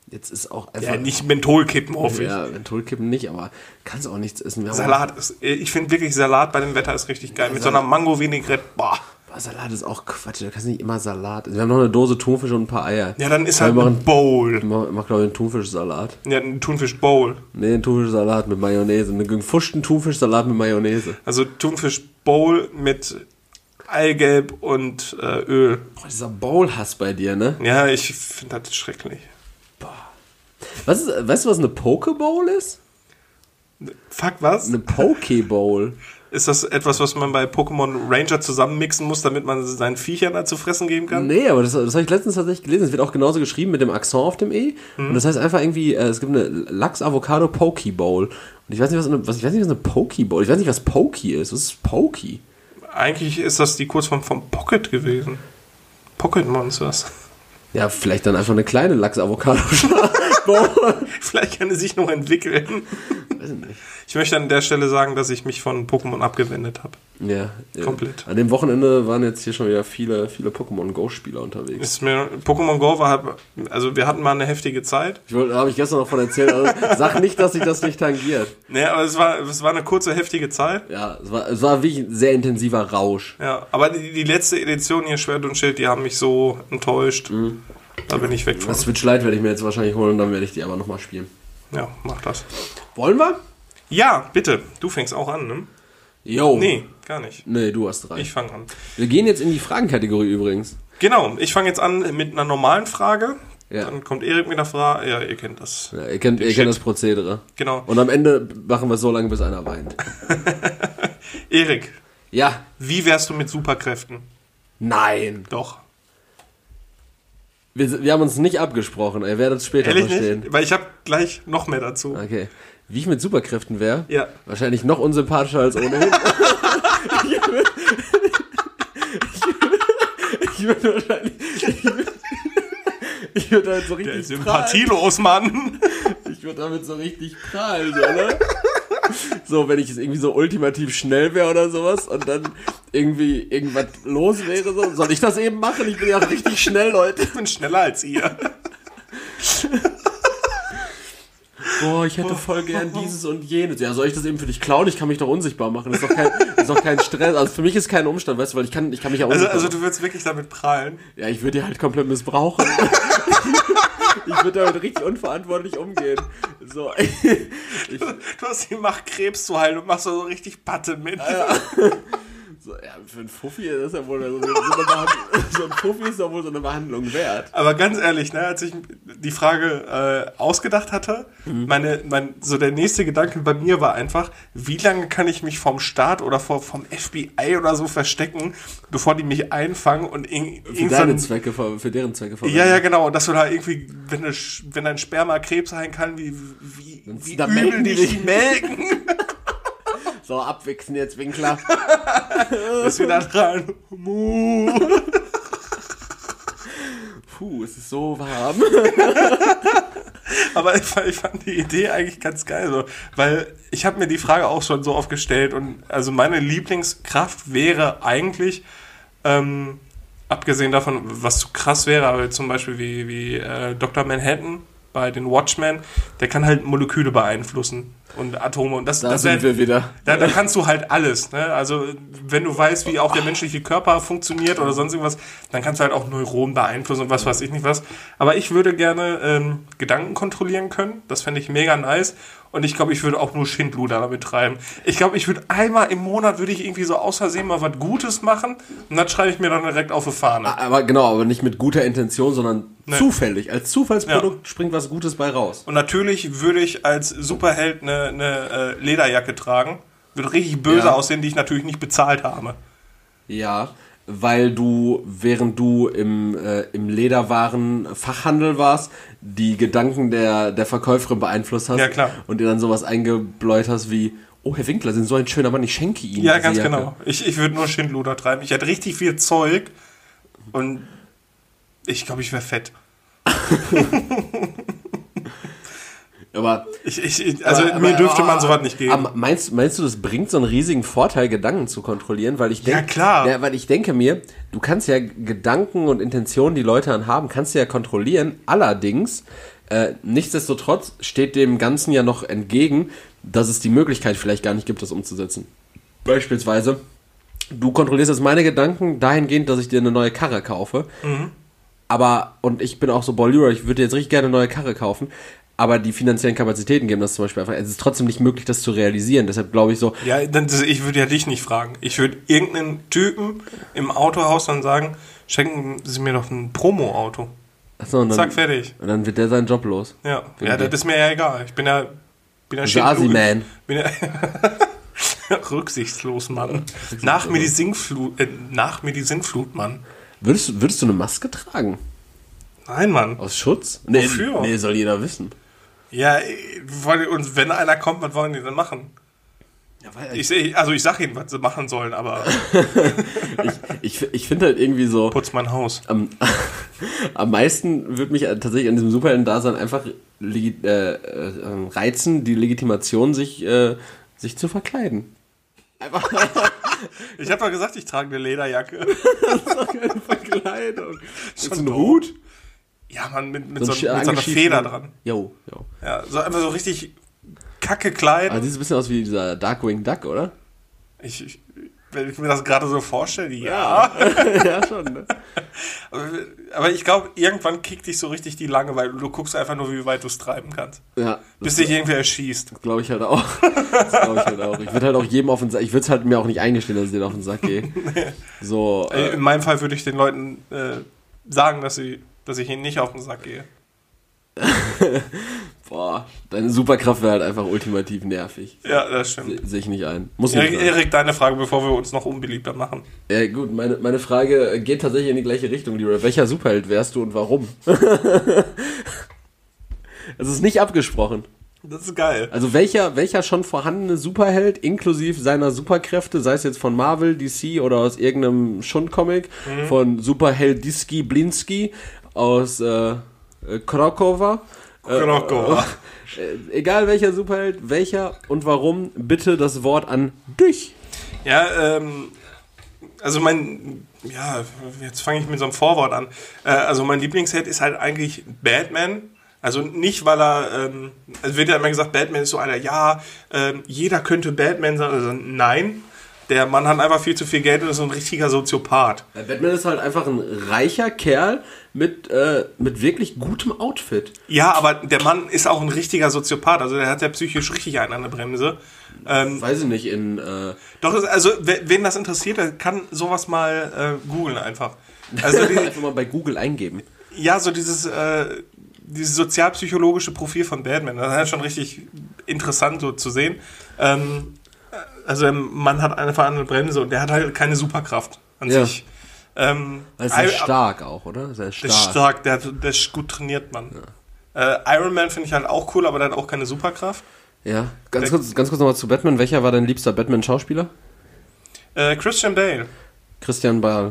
Speaker 2: Jetzt ist auch einfach...
Speaker 1: Ja, nicht Mentholkippen, hoffe ich.
Speaker 2: Ja, Mentholkippen nicht, aber kannst auch nichts essen.
Speaker 1: Salat ist... Ich finde wirklich, Salat bei dem Wetter ist richtig geil. Mit so einer Mango-Vinaigrette, boah.
Speaker 2: Salat ist auch Quatsch, da kannst du nicht immer Salat. Wir haben noch eine Dose Thunfisch und ein paar Eier.
Speaker 1: Ja, dann ist halt ein Bowl.
Speaker 2: Ich mach, mach glaube ich, einen Thunfischsalat.
Speaker 1: Ja, einen Thunfisch-Bowl.
Speaker 2: Nee, einen Thunfischsalat mit Mayonnaise. Einen gefuschten Thunfischsalat mit Mayonnaise.
Speaker 1: Also Thunfisch-Bowl mit Eigelb und äh, Öl.
Speaker 2: Boah, dieser Bowl-Hass bei dir, ne?
Speaker 1: Ja, ich finde das schrecklich.
Speaker 2: Boah. Was ist, weißt du, was eine Pokeball ist?
Speaker 1: Fuck, was?
Speaker 2: Eine Pokeball.
Speaker 1: Ist das etwas, was man bei Pokémon Ranger zusammenmixen muss, damit man seinen Viechern da zu fressen geben kann?
Speaker 2: Nee, aber das, das habe ich letztens tatsächlich gelesen. Es wird auch genauso geschrieben mit dem Akzent auf dem E. Mhm. Und das heißt einfach irgendwie, äh, es gibt eine Lachs-Avocado-Pokeball. Und ich weiß nicht, was eine, was, ich weiß nicht, was eine Pokeball ist. Ich weiß nicht, was Pokey ist. Was ist Pokey?
Speaker 1: Eigentlich ist das die Kurzform von Pocket gewesen. Pocket Monsters.
Speaker 2: Ja, vielleicht dann einfach eine kleine Lachs-Avocado-Bowl.
Speaker 1: Vielleicht kann es sich noch entwickeln.
Speaker 2: Weiß ich nicht.
Speaker 1: Ich möchte an der Stelle sagen, dass ich mich von Pokémon abgewendet habe.
Speaker 2: Ja,
Speaker 1: komplett.
Speaker 2: Ja. An dem Wochenende waren jetzt hier schon wieder viele, viele Pokémon Go-Spieler unterwegs.
Speaker 1: Ist mir, Pokémon Go war halt, also wir hatten mal eine heftige Zeit.
Speaker 2: Ich wollte, da habe ich gestern noch von erzählt, also sag nicht, dass sich das nicht tangiert.
Speaker 1: Nee, aber es war, es war eine kurze, heftige Zeit.
Speaker 2: Ja, es war, es war wirklich ein sehr intensiver Rausch.
Speaker 1: Ja, aber die, die letzte Edition hier, Schwert und Schild, die haben mich so enttäuscht. Mhm. Da bin ich weg von.
Speaker 2: Das Switch Lite werde ich mir jetzt wahrscheinlich holen, dann werde ich die aber nochmal spielen.
Speaker 1: Ja, mach das.
Speaker 2: Wollen wir?
Speaker 1: Ja, bitte. Du fängst auch an, ne?
Speaker 2: Jo.
Speaker 1: Nee, gar nicht.
Speaker 2: Nee, du hast drei.
Speaker 1: Ich fange an.
Speaker 2: Wir gehen jetzt in die Fragenkategorie übrigens.
Speaker 1: Genau, ich fange jetzt an mit einer normalen Frage.
Speaker 2: Ja.
Speaker 1: Dann kommt Erik mit einer Frage. Ja, ihr kennt das.
Speaker 2: Ja, ihr kennt, ihr kennt das Prozedere.
Speaker 1: Genau.
Speaker 2: Und am Ende machen wir es so lange, bis einer weint.
Speaker 1: Erik.
Speaker 2: Ja.
Speaker 1: Wie wärst du mit Superkräften?
Speaker 2: Nein.
Speaker 1: Doch.
Speaker 2: Wir, wir haben uns nicht abgesprochen, ihr werdet es später
Speaker 1: Ehrlich
Speaker 2: verstehen.
Speaker 1: Nicht? Weil ich habe gleich noch mehr dazu.
Speaker 2: Okay. Wie ich mit Superkräften wäre?
Speaker 1: Ja.
Speaker 2: Wahrscheinlich noch unsympathischer als ohnehin. ich würde ich würd wahrscheinlich... Ich würde halt so richtig
Speaker 1: Der sympathielos, Mann.
Speaker 2: Ich würde damit so richtig prahlen, so, ne? So, wenn ich jetzt irgendwie so ultimativ schnell wäre oder sowas und dann irgendwie irgendwas los wäre, so, soll ich das eben machen? Ich bin ja auch richtig schnell, Leute.
Speaker 1: Ich bin schneller als ihr.
Speaker 2: Boah, ich hätte voll gern dieses und jenes. Ja, soll ich das eben für dich klauen? Ich kann mich doch unsichtbar machen. Das ist doch kein, das ist doch kein Stress. Also für mich ist kein Umstand, weißt du, weil ich kann, ich kann mich ja unsichtbar
Speaker 1: Also, also du würdest wirklich damit prahlen?
Speaker 2: Ja, ich würde die halt komplett missbrauchen. Ich würde damit richtig unverantwortlich umgehen. So, ich,
Speaker 1: du, du hast die Macht, Krebs zu heilen und machst so richtig Patte mit.
Speaker 2: Ja. So, ja, für einen Fuffi ist ja wohl so, so, eine so ein Fuffi ist doch wohl so eine Behandlung wert.
Speaker 1: Aber ganz ehrlich, ne, als ich die Frage äh, ausgedacht hatte, mhm. meine, mein, so der nächste Gedanke bei mir war einfach, wie lange kann ich mich vom Staat oder vor, vom F B I oder so verstecken, bevor die mich einfangen und in,
Speaker 2: für deine Zwecke, für deren Zwecke verwenden.
Speaker 1: Ja, ja, genau. Und dass du da irgendwie, wenn, eine, wenn dein Sperma Krebs heilen kann, wie, wie, wie übel die dich melken.
Speaker 2: So, abwichsen jetzt, Winkler.
Speaker 1: Ist wieder dran.
Speaker 2: Puh, es ist so warm.
Speaker 1: Aber ich fand, ich fand die Idee eigentlich ganz geil, so, weil ich habe mir die Frage auch schon so oft gestellt und also meine Lieblingskraft wäre eigentlich, ähm, abgesehen davon, was zu krass wäre, aber zum Beispiel wie, wie äh, Doktor Manhattan bei den Watchmen, der kann halt Moleküle beeinflussen und Atome und das,
Speaker 2: da
Speaker 1: das
Speaker 2: sind
Speaker 1: halt,
Speaker 2: wir wieder.
Speaker 1: Da, da kannst du halt alles, ne? Also wenn du weißt, wie auch der menschliche Körper funktioniert oder sonst irgendwas, dann kannst du halt auch Neuronen beeinflussen und was weiß ich nicht was. Aber ich würde gerne ähm, Gedanken kontrollieren können, das fände ich mega nice und ich glaube, ich würde auch nur Schindluder damit treiben. Ich glaube, ich würde einmal im Monat würde ich irgendwie so aus Versehen mal was Gutes machen und das schreibe ich mir dann direkt auf die Fahne.
Speaker 2: Aber genau, aber nicht mit guter Intention, sondern nee. Zufällig. Als Zufallsprodukt ja. springt was Gutes bei raus.
Speaker 1: Und natürlich würde ich als Superheld eine, eine äh, Lederjacke tragen. Würde richtig böse ja. aussehen, die ich natürlich nicht bezahlt habe.
Speaker 2: Ja, weil du, während du im, äh, im Lederwarenfachhandel warst, die Gedanken der, der Verkäuferin beeinflusst hast.
Speaker 1: Ja, klar.
Speaker 2: Und dir dann sowas eingebläut hast wie, oh, Herr Winkler, Sie sind so ein schöner Mann, ich schenke Ihnen
Speaker 1: Ja, ganz
Speaker 2: Jacke.
Speaker 1: genau. Ich, ich würde nur Schindluder treiben. Ich hätte richtig viel Zeug und ich glaube, ich wäre fett.
Speaker 2: Aber
Speaker 1: ich, ich, also
Speaker 2: aber,
Speaker 1: mir
Speaker 2: aber,
Speaker 1: dürfte
Speaker 2: aber,
Speaker 1: man sowas nicht geben.
Speaker 2: Aber meinst, meinst du, das bringt so einen riesigen Vorteil, Gedanken zu kontrollieren? Weil ich denke,
Speaker 1: ja, klar.
Speaker 2: Ja, weil ich denke mir, du kannst ja Gedanken und Intentionen, die Leute dann haben, kannst du ja kontrollieren. Allerdings, äh, nichtsdestotrotz steht dem Ganzen ja noch entgegen, dass es die Möglichkeit vielleicht gar nicht gibt, das umzusetzen. Beispielsweise, du kontrollierst jetzt meine Gedanken dahingehend, dass ich dir eine neue Karre kaufe.
Speaker 1: Mhm.
Speaker 2: Aber, und ich bin auch so, boah, Leroy, ich würde jetzt richtig gerne eine neue Karre kaufen. Aber die finanziellen Kapazitäten geben das zum Beispiel einfach. Es ist trotzdem nicht möglich, das zu realisieren. Deshalb glaube ich so.
Speaker 1: Ja, dann, ich würde ja dich nicht fragen. Ich würde irgendeinen Typen im Autohaus dann sagen, schenken Sie mir doch ein Promo-Auto.
Speaker 2: Achso, und dann,
Speaker 1: Zack, fertig.
Speaker 2: Und dann wird der seinen Job los.
Speaker 1: Ja, ja, das ist mir ja egal. Ich bin ja, bin ja
Speaker 2: Asi-Man.
Speaker 1: Bin ja rücksichtslos, Mann. Nach mir die Sinkflut, äh, nach mir die Sinkflut, Mann.
Speaker 2: Würdest, würdest du eine Maske tragen?
Speaker 1: Nein, Mann.
Speaker 2: Aus Schutz? Nee,
Speaker 1: Wofür?
Speaker 2: Nee, soll jeder wissen.
Speaker 1: Ja, und wenn einer kommt, was wollen die denn machen?
Speaker 2: Ja, weil
Speaker 1: ich, ich, also ich sag ihnen, was sie machen sollen, aber
Speaker 2: ich ich, ich finde halt irgendwie so...
Speaker 1: Putz mein Haus.
Speaker 2: Am, am meisten würde mich tatsächlich an diesem Superhelden-Dasein einfach legi- äh, äh, reizen, die Legitimation, sich, äh, sich zu verkleiden. Einfach...
Speaker 1: Ich habe doch gesagt, ich trage eine Lederjacke.
Speaker 2: Das ist doch keine Verkleidung. Ist ein Hut?
Speaker 1: Ja, man, mit, mit,
Speaker 2: so,
Speaker 1: so, mit so einer Feder dran.
Speaker 2: Jo, jo.
Speaker 1: Ja, so einfach so richtig kacke kleiden.
Speaker 2: Aber die sieht ein bisschen aus wie dieser Darkwing Duck, oder?
Speaker 1: Ich, ich, wenn ich mir das gerade so vorstelle, ja.
Speaker 2: Ja, schon, ne?
Speaker 1: Aber, aber ich glaube, irgendwann kickt dich so richtig die Langeweile. Du guckst einfach nur, wie weit du es treiben kannst.
Speaker 2: Ja.
Speaker 1: Bis dich irgendwer erschießt.
Speaker 2: Glaube ich halt auch. Das glaube ich halt auch. Ich würde halt auch jedem auf den Sack, ich würde es halt mir auch nicht eingestehen, dass ich denen auf den Sack gehe. So.
Speaker 1: Äh,
Speaker 2: Äh,
Speaker 1: In meinem Fall würde ich den Leuten äh, sagen, dass, sie, dass ich ihnen nicht auf den Sack gehe.
Speaker 2: Boah, deine Superkraft wäre halt einfach ultimativ nervig.
Speaker 1: Ja, das stimmt.
Speaker 2: Se- Sehe ich nicht ein. Muss nicht
Speaker 1: Erik,
Speaker 2: sein.
Speaker 1: Erik, deine Frage, bevor wir uns noch unbeliebter machen.
Speaker 2: Ja, gut, meine, meine Frage geht tatsächlich in die gleiche Richtung, Leroy. Welcher Superheld wärst du und warum? Es ist nicht abgesprochen.
Speaker 1: Das ist geil.
Speaker 2: Also welcher, welcher schon vorhandene Superheld, inklusive seiner Superkräfte, sei es jetzt von Marvel, D C oder aus irgendeinem Schundcomic, mhm. von Superheld Diski Blinski, aus äh, äh, Krakowa.
Speaker 1: Krakowa.
Speaker 2: Äh, äh, egal welcher Superheld, welcher und warum, bitte das Wort an dich.
Speaker 1: Ja, ähm, also mein, ja, jetzt fange ich mit so einem Vorwort an. Äh, also mein Lieblingsheld ist halt eigentlich Batman. Also nicht, weil er, ähm, es wird ja immer gesagt, Batman ist so einer, ja, ähm, jeder könnte Batman sein. Also nein, der Mann hat einfach viel zu viel Geld und ist so ein richtiger Soziopath.
Speaker 2: Ja, Batman ist halt einfach ein reicher Kerl mit, äh, mit wirklich gutem Outfit.
Speaker 1: Ja, aber der Mann ist auch ein richtiger Soziopath. Also der hat ja psychisch richtig einen an der Bremse. Ähm,
Speaker 2: Weiß ich nicht, in... Äh
Speaker 1: doch, also wen das interessiert, der kann sowas mal äh, googeln einfach. Also die,
Speaker 2: einfach mal bei Google eingeben.
Speaker 1: Ja, so dieses... Äh, dieses sozialpsychologische Profil von Batman, das ist schon richtig interessant so zu sehen. Ähm, also der Mann hat einfach eine Bremse und der hat halt keine Superkraft an
Speaker 2: ja.
Speaker 1: sich. Ähm,
Speaker 2: er ist sehr stark auch, oder? Sehr stark.
Speaker 1: Der ist stark, der, hat, der ist gut trainiert, Mann. Ja. Äh, Iron Man finde ich halt auch cool, aber der hat auch keine Superkraft.
Speaker 2: Ja, ganz der, kurz, ganz kurz nochmal zu Batman. Welcher war dein liebster Batman-Schauspieler?
Speaker 1: Äh, Christian Bale.
Speaker 2: Christian Bale.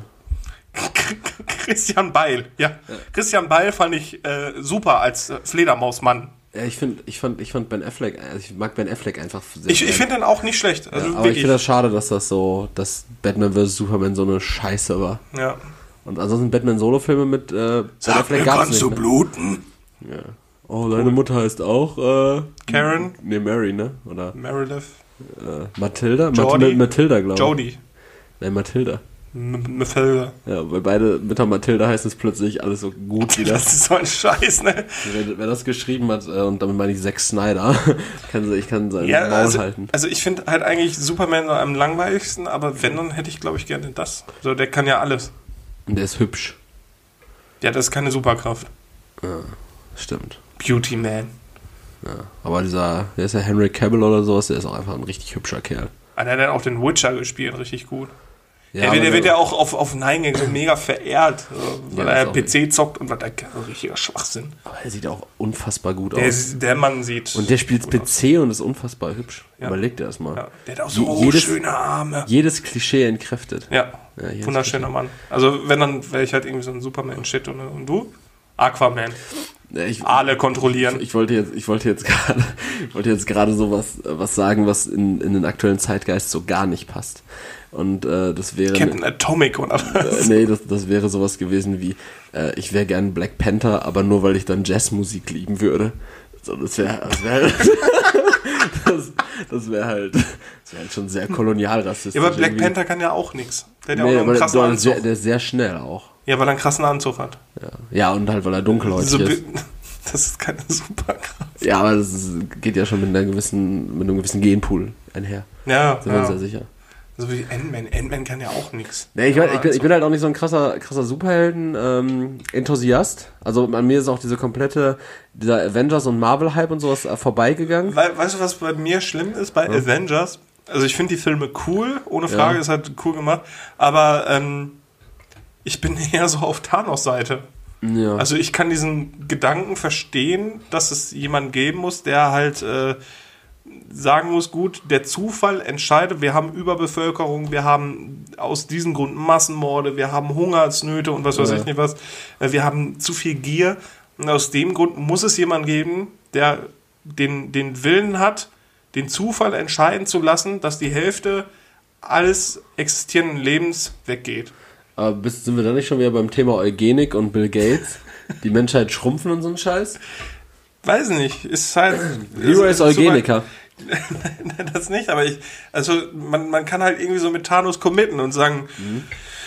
Speaker 1: Christian Bale, ja. ja. Christian Bale fand ich äh, super als äh, Fledermausmann.
Speaker 2: Ja, ich finde, ich fand, ich fand Ben Affleck, also ich mag Ben Affleck einfach sehr.
Speaker 1: Ich, ich finde den auch nicht schlecht. Also
Speaker 2: ja, aber ich finde das schade, dass das so, dass Batman versus. Superman so eine Scheiße war.
Speaker 1: Ja.
Speaker 2: Und ansonsten Batman-Solo-Filme mit äh, Ben
Speaker 1: Sag
Speaker 2: Affleck
Speaker 1: mir,
Speaker 2: gab's
Speaker 1: kannst
Speaker 2: nicht.
Speaker 1: du
Speaker 2: ne?
Speaker 1: bluten?
Speaker 2: Ja. Oh, deine Mutter heißt auch äh,
Speaker 1: Karen?
Speaker 2: Nee, Mary, ne? Oder
Speaker 1: Meredith?
Speaker 2: Äh, Matilda?
Speaker 1: Jordi?
Speaker 2: Mat- Matilda, glaube ich.
Speaker 1: Jodie.
Speaker 2: Nein, Matilda.
Speaker 1: Matilda.
Speaker 2: Ja, weil beide mit der Matilda heißt es plötzlich alles so gut wieder.
Speaker 1: Das ist so ein Scheiß, ne?
Speaker 2: Wer, wer das geschrieben hat, äh, und damit meine ich Zack Snyder, kann, ich kann seinen
Speaker 1: ja,
Speaker 2: Maul
Speaker 1: also,
Speaker 2: halten.
Speaker 1: Also ich finde halt eigentlich Superman am langweiligsten, aber wenn, dann hätte ich, glaube ich, gerne das. So, der kann ja alles.
Speaker 2: Und der ist hübsch.
Speaker 1: Ja, das ist keine Superkraft.
Speaker 2: Ja, stimmt.
Speaker 1: Beauty Man.
Speaker 2: Ja, aber dieser, wer ist der, Henry Cavill oder sowas, der ist auch einfach ein richtig hübscher Kerl.
Speaker 1: Ah, der hat dann auch den Witcher gespielt, richtig gut.
Speaker 2: Ja,
Speaker 1: der, wird, der wird ja auch auf, auf Nine so mega verehrt, weil
Speaker 2: ja,
Speaker 1: er P C zockt und was da richtiger Schwachsinn.
Speaker 2: Aber er sieht auch unfassbar gut
Speaker 1: Der,
Speaker 2: aus.
Speaker 1: der Mann sieht.
Speaker 2: Und der spielt P C aus. Und ist unfassbar hübsch.
Speaker 1: Ja.
Speaker 2: Überleg dir das mal.
Speaker 1: Ja. Der hat auch so
Speaker 2: jedes,
Speaker 1: schöne Arme.
Speaker 2: Jedes Klischee entkräftet.
Speaker 1: Ja,
Speaker 2: ja
Speaker 1: wunderschöner Mann. Also wenn, dann wäre ich halt irgendwie so ein Superman-Shit. Und, und du? Aquaman.
Speaker 2: Ich,
Speaker 1: Aale kontrollieren.
Speaker 2: Ich, ich wollte jetzt, ich wollte jetzt gerade, ich wollte jetzt gerade sowas, was sagen, was in, in den aktuellen Zeitgeist so gar nicht passt. Und äh, das wäre
Speaker 1: Captain Atomic oder was?
Speaker 2: Äh, nee, das, das wäre sowas gewesen wie, äh, ich wäre gern Black Panther, aber nur weil ich dann Jazzmusik lieben würde. So, das wäre, das wäre, das, das wäre halt, das wäre halt schon sehr kolonialrassistisch.
Speaker 1: Ja, aber Black
Speaker 2: irgendwie.
Speaker 1: Panther kann ja auch nichts. Der hat ja
Speaker 2: Nee,
Speaker 1: auch noch einen krassen
Speaker 2: der,
Speaker 1: Anzug.
Speaker 2: der, der ist sehr schnell auch.
Speaker 1: Ja, weil er einen krassen Anzug hat.
Speaker 2: Ja, ja, und halt, weil er dunkelhäutig
Speaker 1: So,
Speaker 2: ist.
Speaker 1: das ist keine Superkraft.
Speaker 2: Ja, aber das ist, geht ja schon mit einer gewissen, mit einem gewissen Genpool einher.
Speaker 1: Ja,
Speaker 2: Sind wir uns
Speaker 1: ja.
Speaker 2: ja sicher.
Speaker 1: So wie Ant-Man. Ant-Man kann ja auch nichts.
Speaker 2: Nee, ich, mein, ich, bin, ich bin halt auch nicht so ein krasser, krasser Superhelden-Enthusiast. also an mir ist auch diese komplette, dieser Avengers- und Marvel-Hype und sowas äh, vorbeigegangen.
Speaker 1: We weißt du, was bei mir schlimm ist bei ja. Avengers? Also ich finde die Filme cool, ohne Frage, ja. ist halt cool gemacht. Aber ähm, ich bin eher so auf Thanos-Seite.
Speaker 2: Ja.
Speaker 1: Also ich kann diesen Gedanken verstehen, dass es jemanden geben muss, der halt äh, sagen muss, gut, der Zufall entscheidet, wir haben Überbevölkerung, wir haben aus diesem Grund Massenmorde, wir haben Hungersnöte und was weiß ja. ich nicht was, wir haben zu viel Gier und aus dem Grund muss es jemanden geben, der den, den Willen hat, den Zufall entscheiden zu lassen, dass die Hälfte alles existierenden Lebens weggeht.
Speaker 2: Aber bist, sind wir da nicht schon wieder beim Thema Eugenik und Bill Gates? Die Menschheit schrumpfen und so ein Scheiß?
Speaker 1: Weiß nicht, ist halt...
Speaker 2: Leroy ist Eugeniker.
Speaker 1: Nein, das nicht, aber ich... Also man, man kann halt irgendwie so mit Thanos committen und sagen, mhm.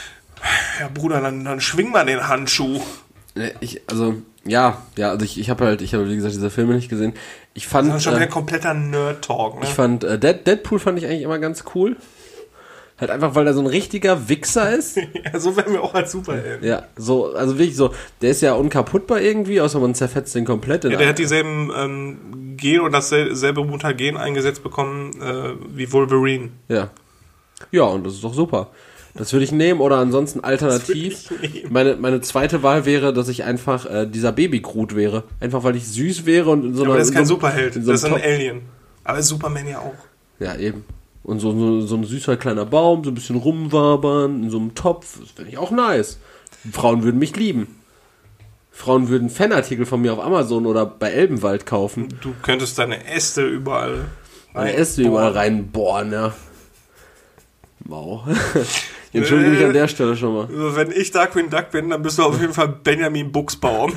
Speaker 1: ja Bruder, dann, dann schwing mal den Handschuh.
Speaker 2: Ich, also, ja, ja, also ich, ich habe halt, ich habe wie gesagt diese Filme nicht gesehen. Ich fand...
Speaker 1: Das ist schon
Speaker 2: äh,
Speaker 1: wieder kompletter Nerd-Talk, ne?
Speaker 2: Ich fand, äh, Deadpool fand ich eigentlich immer ganz cool. Halt einfach, weil er so ein richtiger Wichser ist.
Speaker 1: Ja, so wären wir auch als Superhelden.
Speaker 2: Ja, so, also wirklich so, der ist ja unkaputtbar irgendwie, außer man zerfetzt den komplett.
Speaker 1: Ja, der hat dieselben ähm, Gen oder dasselbe Mutagen eingesetzt bekommen äh, wie Wolverine.
Speaker 2: Ja. Ja, und das ist doch super. Das würde ich nehmen oder ansonsten alternativ. Meine, meine zweite Wahl wäre, dass ich einfach äh, dieser Baby-Groot wäre. Einfach, weil ich süß wäre und in so einer...
Speaker 1: Aber das ist kein
Speaker 2: so,
Speaker 1: Superheld,
Speaker 2: so
Speaker 1: das ist ein
Speaker 2: Top-
Speaker 1: Alien. Aber Superman ja auch.
Speaker 2: Ja, eben. Und so, so, so ein süßer kleiner Baum, so ein bisschen rumwabern, in so einem Topf, das finde ich auch nice. Frauen würden mich lieben. Frauen würden Fanartikel von mir auf Amazon oder bei Elbenwald kaufen.
Speaker 1: Du könntest deine Äste überall
Speaker 2: Meine Äste überall reinbohren, ja. Wow. Ich entschuldige mich an der Stelle schon mal.
Speaker 1: Wenn ich Darkwing Duck bin, dann bist du auf jeden Fall Benjamin Buchsbaum.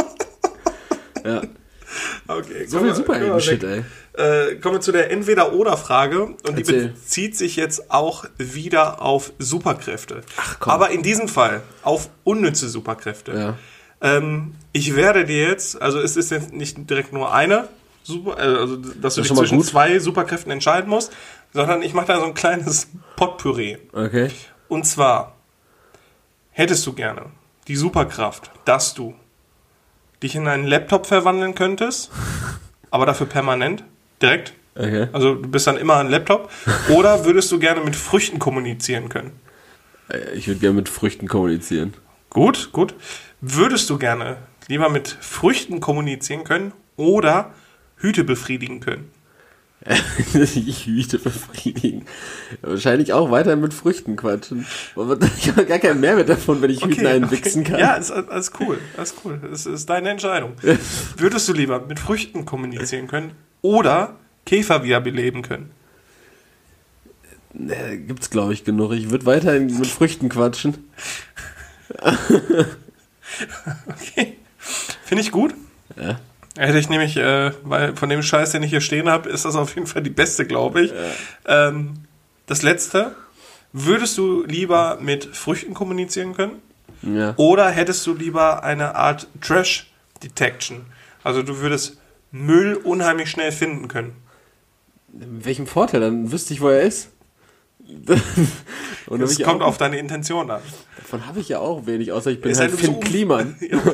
Speaker 2: Ja.
Speaker 1: Okay,
Speaker 2: so viel Superhelden-Shit, ey.
Speaker 1: Äh, kommen wir zu der Entweder-Oder-Frage. Und
Speaker 2: Erzähl.
Speaker 1: die bezieht sich jetzt auch wieder auf Superkräfte.
Speaker 2: Ach komm.
Speaker 1: Aber in diesem Fall auf unnütze Superkräfte.
Speaker 2: Ja.
Speaker 1: Ähm, ich werde dir jetzt, also es ist jetzt nicht direkt nur eine, Super, also dass du
Speaker 2: Das ist
Speaker 1: dich
Speaker 2: schon mal
Speaker 1: zwischen
Speaker 2: gut.
Speaker 1: zwei Superkräften entscheiden musst, sondern ich mache da so ein kleines Potpourri.
Speaker 2: Okay.
Speaker 1: Und zwar hättest du gerne die Superkraft, dass du dich in einen Laptop verwandeln könntest, aber dafür permanent, direkt.
Speaker 2: Okay.
Speaker 1: Also du bist dann immer ein Laptop. Oder würdest du gerne mit Früchten kommunizieren können?
Speaker 2: Ich würde gerne mit Früchten kommunizieren.
Speaker 1: Gut, gut. Würdest du gerne lieber mit Früchten kommunizieren können oder Hüte befriedigen können?
Speaker 2: Ich Hüte befriedigen. Wahrscheinlich auch weiterhin mit Früchten quatschen. Ich habe gar keinen Mehrwert davon, wenn ich
Speaker 1: Okay,
Speaker 2: Hüten einwichsen
Speaker 1: okay.
Speaker 2: kann.
Speaker 1: Ja, ist alles cool. Alles cool. Das ist deine Entscheidung. Würdest du lieber mit Früchten kommunizieren können oder Käfer wiederbeleben können?
Speaker 2: Nee, gibt's glaube ich genug. Ich würde weiterhin mit Früchten quatschen.
Speaker 1: Okay. Finde ich gut.
Speaker 2: Ja.
Speaker 1: Hätte ich nämlich, äh, weil von dem Scheiß, den ich hier stehen habe, ist das auf jeden Fall die beste, glaube ich. Ja. Ähm, das letzte. Würdest du lieber mit Früchten kommunizieren können?
Speaker 2: Ja.
Speaker 1: Oder hättest du lieber eine Art Trash Detection? Also du würdest Müll unheimlich schnell finden können.
Speaker 2: Mit welchem Vorteil? Dann wüsste ich, wo er ist. Und
Speaker 1: das kommt auf deine Intention an.
Speaker 2: Davon habe ich ja auch wenig, außer ich bin
Speaker 1: Ist
Speaker 2: halt
Speaker 1: halt
Speaker 2: Finn
Speaker 1: so-
Speaker 2: Kliman.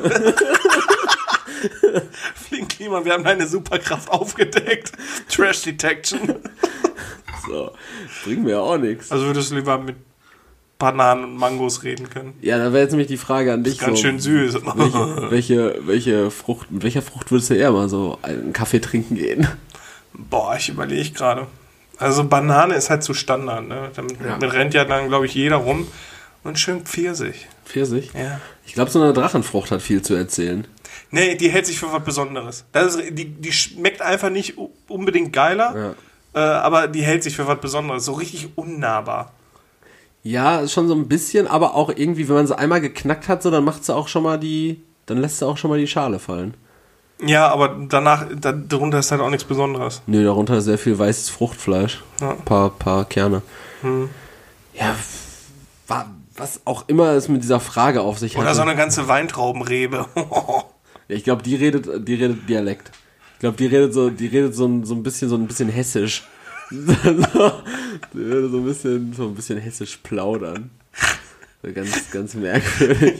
Speaker 1: Fliegen Klima, wir haben deine Superkraft aufgedeckt. Trash Detection.
Speaker 2: So, bringt mir ja auch nichts.
Speaker 1: Also würdest du lieber mit Bananen und Mangos reden können?
Speaker 2: Ja, da wäre jetzt nämlich die Frage an dich.
Speaker 1: Ganz
Speaker 2: so,
Speaker 1: schön süß.
Speaker 2: Welche, welche, welche Frucht, mit welcher Frucht würdest du eher mal so einen Kaffee trinken gehen?
Speaker 1: Boah, ich überlege gerade. Also Banane ist halt zu Standard, ne? Damit,
Speaker 2: Ja.
Speaker 1: damit rennt ja dann, glaube ich, jeder rum. Und schön Pfirsich.
Speaker 2: Pfirsich?
Speaker 1: Ja.
Speaker 2: Ich glaube, so eine Drachenfrucht hat viel zu erzählen.
Speaker 1: Nee, die hält sich für was Besonderes. Das ist, die, die schmeckt einfach nicht unbedingt geiler, ja. äh, aber die hält sich für was Besonderes. So richtig unnahbar.
Speaker 2: Ja, schon so ein bisschen, aber auch irgendwie, wenn man sie einmal geknackt hat, so, dann macht sie auch schon mal die, dann lässt sie auch schon mal die Schale fallen.
Speaker 1: Ja, aber danach, da, darunter ist halt auch nichts Besonderes.
Speaker 2: Nö, darunter ist sehr viel weißes Fruchtfleisch. Ja. Ein paar, paar Kerne.
Speaker 1: Hm.
Speaker 2: Ja, was auch immer es mit dieser Frage auf sich hat.
Speaker 1: Oder so eine ganze Weintraubenrebe.
Speaker 2: Ich glaube, die redet, die redet Dialekt. Ich glaube, die redet so, die redet so ein, so ein bisschen, so ein bisschen hessisch. so, die würde so ein bisschen, so ein bisschen hessisch plaudern. So ganz, ganz merkwürdig.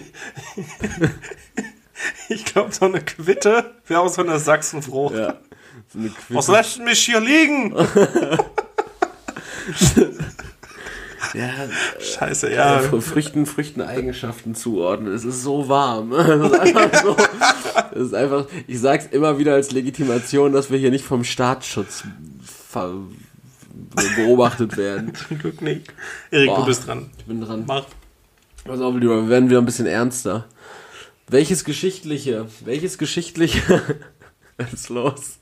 Speaker 1: Ich glaube, so eine Quitte wäre auch so eine Sachsenfrucht.
Speaker 2: Ja, so eine Quitte.
Speaker 1: Was lässt mich hier liegen?
Speaker 2: Ja,
Speaker 1: Scheiße, ja.
Speaker 2: Äh, Früchten, Früchten Eigenschaften zuordnen. Es ist so warm. Es ist einfach so. Es ist einfach, ich sag's immer wieder als Legitimation, dass wir hier nicht vom Staatsschutz ver- beobachtet werden.
Speaker 1: Zum Glück nicht. Erik,
Speaker 2: Boah,
Speaker 1: du bist dran.
Speaker 2: Ich bin dran.
Speaker 1: Mach.
Speaker 2: Pass auf, lieber, wir werden wieder ein bisschen ernster. Welches geschichtliche, welches geschichtliche, was ist los?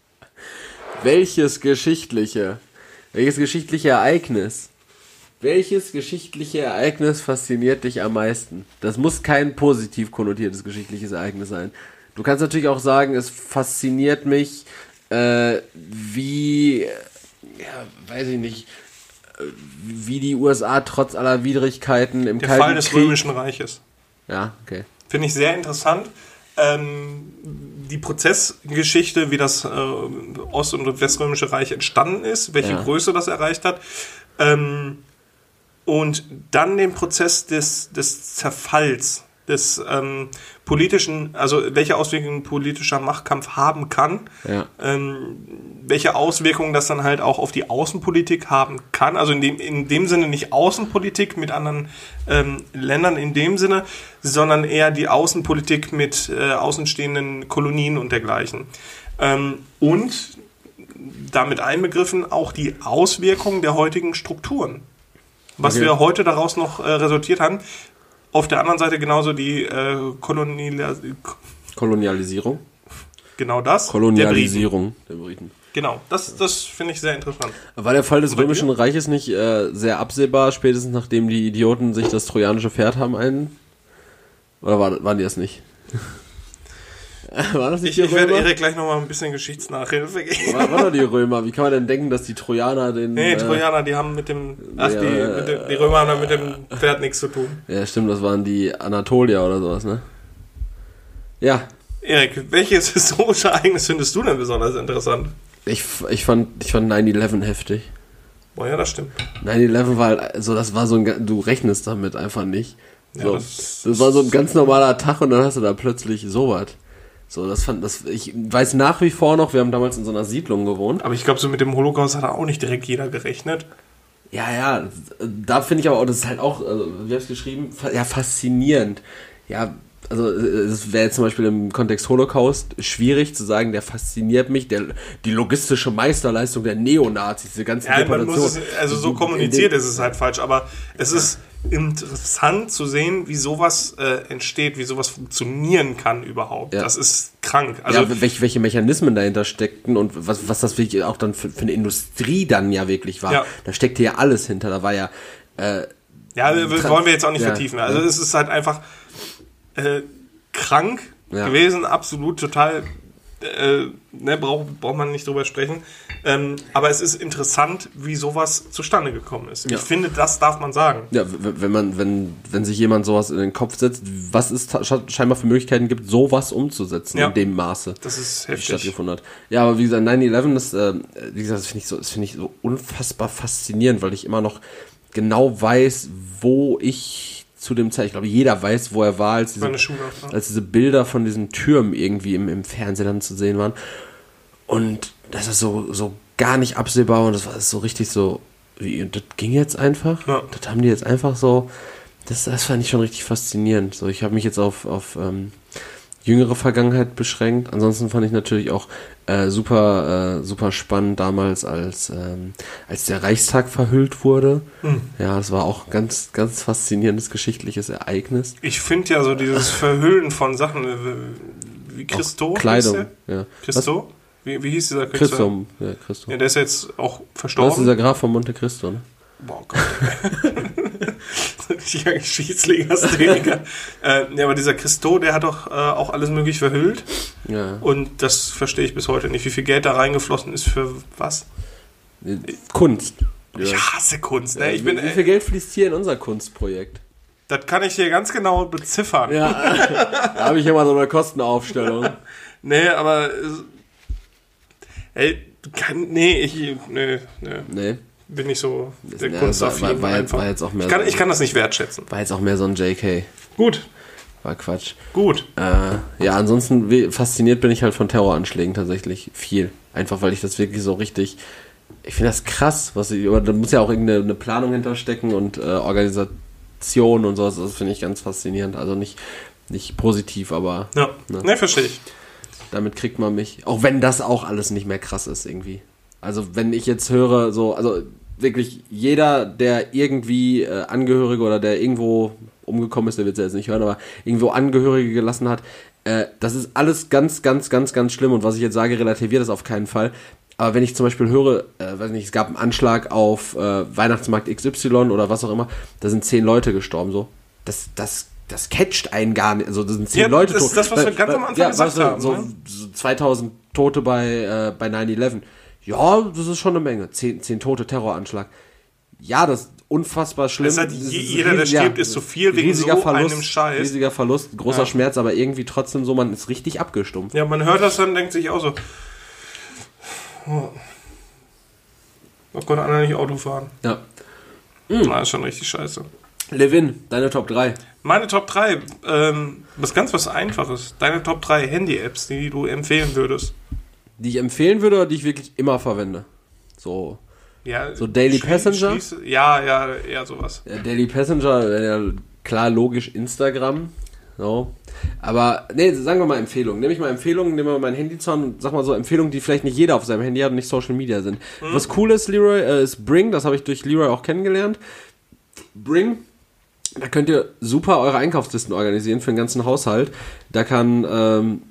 Speaker 2: Welches geschichtliche, welches geschichtliche Ereignis, welches geschichtliche Ereignis fasziniert dich am meisten? Das muss kein positiv konnotiertes geschichtliches Ereignis sein. Du kannst natürlich auch sagen, es fasziniert mich, äh, wie, ja, weiß ich nicht, wie die U S A trotz aller Widrigkeiten im
Speaker 1: Der
Speaker 2: Kalten
Speaker 1: Fall des
Speaker 2: Krieg...
Speaker 1: Römischen Reiches.
Speaker 2: Ja, okay.
Speaker 1: Finde ich sehr interessant. Ähm, die Prozessgeschichte, wie das äh, Ost- und Weströmische Reich entstanden ist, welche
Speaker 2: Ja.
Speaker 1: Größe das erreicht hat. Ähm, und dann den Prozess des, des Zerfalls, des ähm, politischen, also welche Auswirkungen politischer Machtkampf haben kann,
Speaker 2: Ja.
Speaker 1: ähm, welche Auswirkungen das dann halt auch auf die Außenpolitik haben kann, also in dem, in dem Sinne nicht Außenpolitik mit anderen ähm, Ländern in dem Sinne, sondern eher die Außenpolitik mit äh, außenstehenden Kolonien und dergleichen. Ähm, und damit einbegriffen auch die Auswirkungen der heutigen Strukturen. Was
Speaker 2: Okay.
Speaker 1: wir heute daraus noch äh, resultiert haben. Auf der anderen Seite genauso die äh, Kolonial
Speaker 2: Kolonialisierung.
Speaker 1: genau das.
Speaker 2: Kolonialisierung der Briten.
Speaker 1: Der Briten. Genau, das, das finde ich sehr interessant.
Speaker 2: War der Fall des
Speaker 1: Bei
Speaker 2: Römischen
Speaker 1: dir?
Speaker 2: Reiches nicht äh, sehr absehbar, spätestens nachdem die Idioten sich das trojanische Pferd haben ein... Oder war, waren die das nicht? War das nicht
Speaker 1: Ich,
Speaker 2: die
Speaker 1: ich werde
Speaker 2: Römer?
Speaker 1: Erik gleich nochmal ein bisschen Geschichtsnachhilfe geben.
Speaker 2: War, war doch die Römer. Wie kann man denn denken, dass die Trojaner den...
Speaker 1: Nee,
Speaker 2: äh,
Speaker 1: Trojaner, die haben mit dem, ach,
Speaker 2: Ja,
Speaker 1: die,
Speaker 2: äh,
Speaker 1: mit dem, die Römer haben da mit dem Pferd nichts zu tun.
Speaker 2: Ja, stimmt, das waren die Anatolier oder sowas, ne? Ja,
Speaker 1: Erik, welches historische Ereignis findest du denn besonders interessant?
Speaker 2: ich, ich fand, ich fand nine eleven heftig.
Speaker 1: Boah, ja, das stimmt.
Speaker 2: nine eleven war halt, so, das war so ein, du rechnest damit einfach nicht.
Speaker 1: Ja,
Speaker 2: So,
Speaker 1: das-
Speaker 2: das, war so ein ganz normaler Tag und dann hast du da plötzlich sowas. So, das fand, das, ich weiß nach wie vor noch, wir haben damals in so einer Siedlung gewohnt.
Speaker 1: Aber ich glaube, so mit dem Holocaust hat auch nicht direkt jeder gerechnet.
Speaker 2: Ja, ja, da finde ich aber auch, das ist halt auch, also, wie hast du geschrieben, fa- ja, faszinierend. Ja, also es wäre jetzt zum Beispiel im Kontext Holocaust schwierig zu sagen, der fasziniert mich, der, die logistische Meisterleistung der Neonazis, diese ganzen
Speaker 1: Ja, man muss es,
Speaker 2: Deportationen.
Speaker 1: also so
Speaker 2: In-
Speaker 1: kommuniziert
Speaker 2: in
Speaker 1: ist es halt falsch, aber es ist interessant zu sehen, wie sowas äh, entsteht, wie sowas funktionieren kann überhaupt.
Speaker 2: Ja.
Speaker 1: Das ist krank. Also
Speaker 2: ja, welche, welche Mechanismen dahinter steckten und was, was das wirklich auch dann für, für eine Industrie dann ja wirklich war.
Speaker 1: Ja.
Speaker 2: Da steckte ja alles hinter. Da war ja, äh,
Speaker 1: ja, wir,
Speaker 2: Tra-
Speaker 1: wollen wir jetzt auch nicht
Speaker 2: ja,
Speaker 1: vertiefen. Also
Speaker 2: ja.
Speaker 1: es ist halt einfach äh, krank
Speaker 2: Ja.
Speaker 1: gewesen, absolut total. Äh, ne, braucht braucht man nicht drüber sprechen. Ähm, aber es ist interessant, wie sowas zustande gekommen ist.
Speaker 2: Ja.
Speaker 1: Ich finde, das darf man sagen.
Speaker 2: ja, w- wenn man, wenn, wenn sich jemand sowas in den Kopf setzt, was es ta- scha- scheinbar für Möglichkeiten gibt, sowas umzusetzen
Speaker 1: Ja.
Speaker 2: in dem Maße,
Speaker 1: Das ist
Speaker 2: wie
Speaker 1: heftig.
Speaker 2: stattgefunden hat. Ja, aber wie gesagt, nine eleven, das, äh, wie gesagt, das finde ich so, das finde ich so unfassbar faszinierend, weil ich immer noch genau weiß, wo ich zu dem Zeit, ich glaube, jeder weiß, wo er war, als diese,
Speaker 1: Meine Schule. Ja.
Speaker 2: als diese Bilder von diesen Türmen irgendwie im, im Fernsehen dann zu sehen waren. Und das ist so, so gar nicht absehbar und das war so richtig so, wie, und das ging jetzt einfach.
Speaker 1: Ja.
Speaker 2: Das haben die jetzt einfach so, das, das fand ich schon richtig faszinierend. So, ich habe mich jetzt auf, auf ähm, jüngere Vergangenheit beschränkt. Ansonsten fand ich natürlich auch äh, super, äh, super spannend damals, als, ähm, als der Reichstag verhüllt wurde.
Speaker 1: Hm.
Speaker 2: Ja, das war auch ein ganz, ganz faszinierendes geschichtliches Ereignis.
Speaker 1: Ich finde ja so dieses Verhüllen von Sachen, wie Christo?
Speaker 2: Kleidung, ja.
Speaker 1: Christo? Wie, wie hieß dieser Künstler?
Speaker 2: Christo, ja, Christo.
Speaker 1: Ja, der ist jetzt auch verstorben.
Speaker 2: Das ist dieser Graf von Monte Cristo, ne?
Speaker 1: Boah, Gott. Richtiger Schiedslegastheniker. äh, ja, aber dieser Christo, der hat doch äh, auch alles möglich verhüllt.
Speaker 2: Ja.
Speaker 1: Und das verstehe ich bis heute nicht. Wie viel Geld da reingeflossen ist für was?
Speaker 2: Kunst.
Speaker 1: Ich hasse Kunst, ne? Ich bin,
Speaker 2: Wie viel Geld fließt hier in unser Kunstprojekt?
Speaker 1: Das kann ich hier ganz genau beziffern.
Speaker 2: Ja, da habe ich immer so eine Kostenaufstellung.
Speaker 1: Nee, aber ey, du kannst, nee, ich, nee, nee.
Speaker 2: Nee.
Speaker 1: Bin nicht so der
Speaker 2: Ja,
Speaker 1: Kunstaffin
Speaker 2: war, war, war,
Speaker 1: einfach.
Speaker 2: war jetzt auch mehr
Speaker 1: ich, kann,
Speaker 2: so,
Speaker 1: ich kann das nicht wertschätzen.
Speaker 2: War jetzt auch mehr so ein J K.
Speaker 1: Gut.
Speaker 2: War Quatsch.
Speaker 1: Gut.
Speaker 2: Äh, ja, ansonsten wie, fasziniert bin ich halt von Terroranschlägen tatsächlich viel. Einfach, weil ich das wirklich so richtig... Ich finde das krass, was ich, aber da muss ja auch irgendeine eine Planung hinterstecken und äh, Organisation und sowas. Das finde ich ganz faszinierend. Also nicht, nicht positiv, aber...
Speaker 1: Ja,
Speaker 2: ne,
Speaker 1: ne, verstehe ich.
Speaker 2: Damit kriegt man mich... Auch wenn das auch alles nicht mehr krass ist irgendwie. Also wenn ich jetzt höre, so... also wirklich jeder, der irgendwie äh, Angehörige oder der irgendwo umgekommen ist, der wird es ja jetzt nicht hören, aber irgendwo Angehörige gelassen hat, äh, das ist alles ganz, ganz, ganz, ganz schlimm und was ich jetzt sage, relativiert das auf keinen Fall. Aber wenn ich zum Beispiel höre, äh, weiß nicht, es gab einen Anschlag auf äh, Weihnachtsmarkt X Y oder was auch immer, da sind zehn Leute gestorben, so. Das, das, das catcht einen gar nicht. Also das sind zehn
Speaker 1: ja,
Speaker 2: Leute
Speaker 1: tot. Das
Speaker 2: tot.
Speaker 1: ist das, was weil, wir ganz am Anfang ja, gesagt
Speaker 2: weißt du,
Speaker 1: haben.
Speaker 2: So,
Speaker 1: Ne?
Speaker 2: so zweitausend Tote bei, äh, bei nine eleven. Ja, das ist schon eine Menge. Zehn, zehn Tote, Terroranschlag. Ja, das ist unfassbar schlimm.
Speaker 1: Das heißt, je, jeder, der stirbt, ja, ist zu viel wegen so
Speaker 2: Verlust,
Speaker 1: einem Scheiß.
Speaker 2: Riesiger Verlust, großer
Speaker 1: ja.
Speaker 2: Schmerz, aber irgendwie trotzdem so, man ist richtig abgestumpft.
Speaker 1: Ja, man hört das dann, denkt sich auch so, oh, man konnte einer nicht Auto fahren.
Speaker 2: Ja.
Speaker 1: Mhm. Na, ist schon richtig scheiße.
Speaker 2: Levin, deine Top drei.
Speaker 1: Meine Top drei, ähm, was ganz was Einfaches. Deine Top drei Handy-Apps, die du empfehlen würdest.
Speaker 2: Die ich empfehlen würde oder die ich wirklich immer verwende? So,
Speaker 1: ja,
Speaker 2: so Daily
Speaker 1: schließ,
Speaker 2: Passenger?
Speaker 1: Schließ, ja, ja, eher sowas.
Speaker 2: Ja, Daily Passenger, ja, klar, logisch Instagram. So. Aber, nee, sagen wir mal Empfehlungen. Nehme ich mal Empfehlungen, nehme mal mein Handy zu und sag mal so Empfehlungen, die vielleicht nicht jeder auf seinem Handy hat und nicht Social Media sind. Mhm. Was cool ist, Leroy, äh, ist Bring, das habe ich durch Leroy auch kennengelernt. Bring, da könnt ihr super eure Einkaufslisten organisieren für den ganzen Haushalt. Da kann ähm,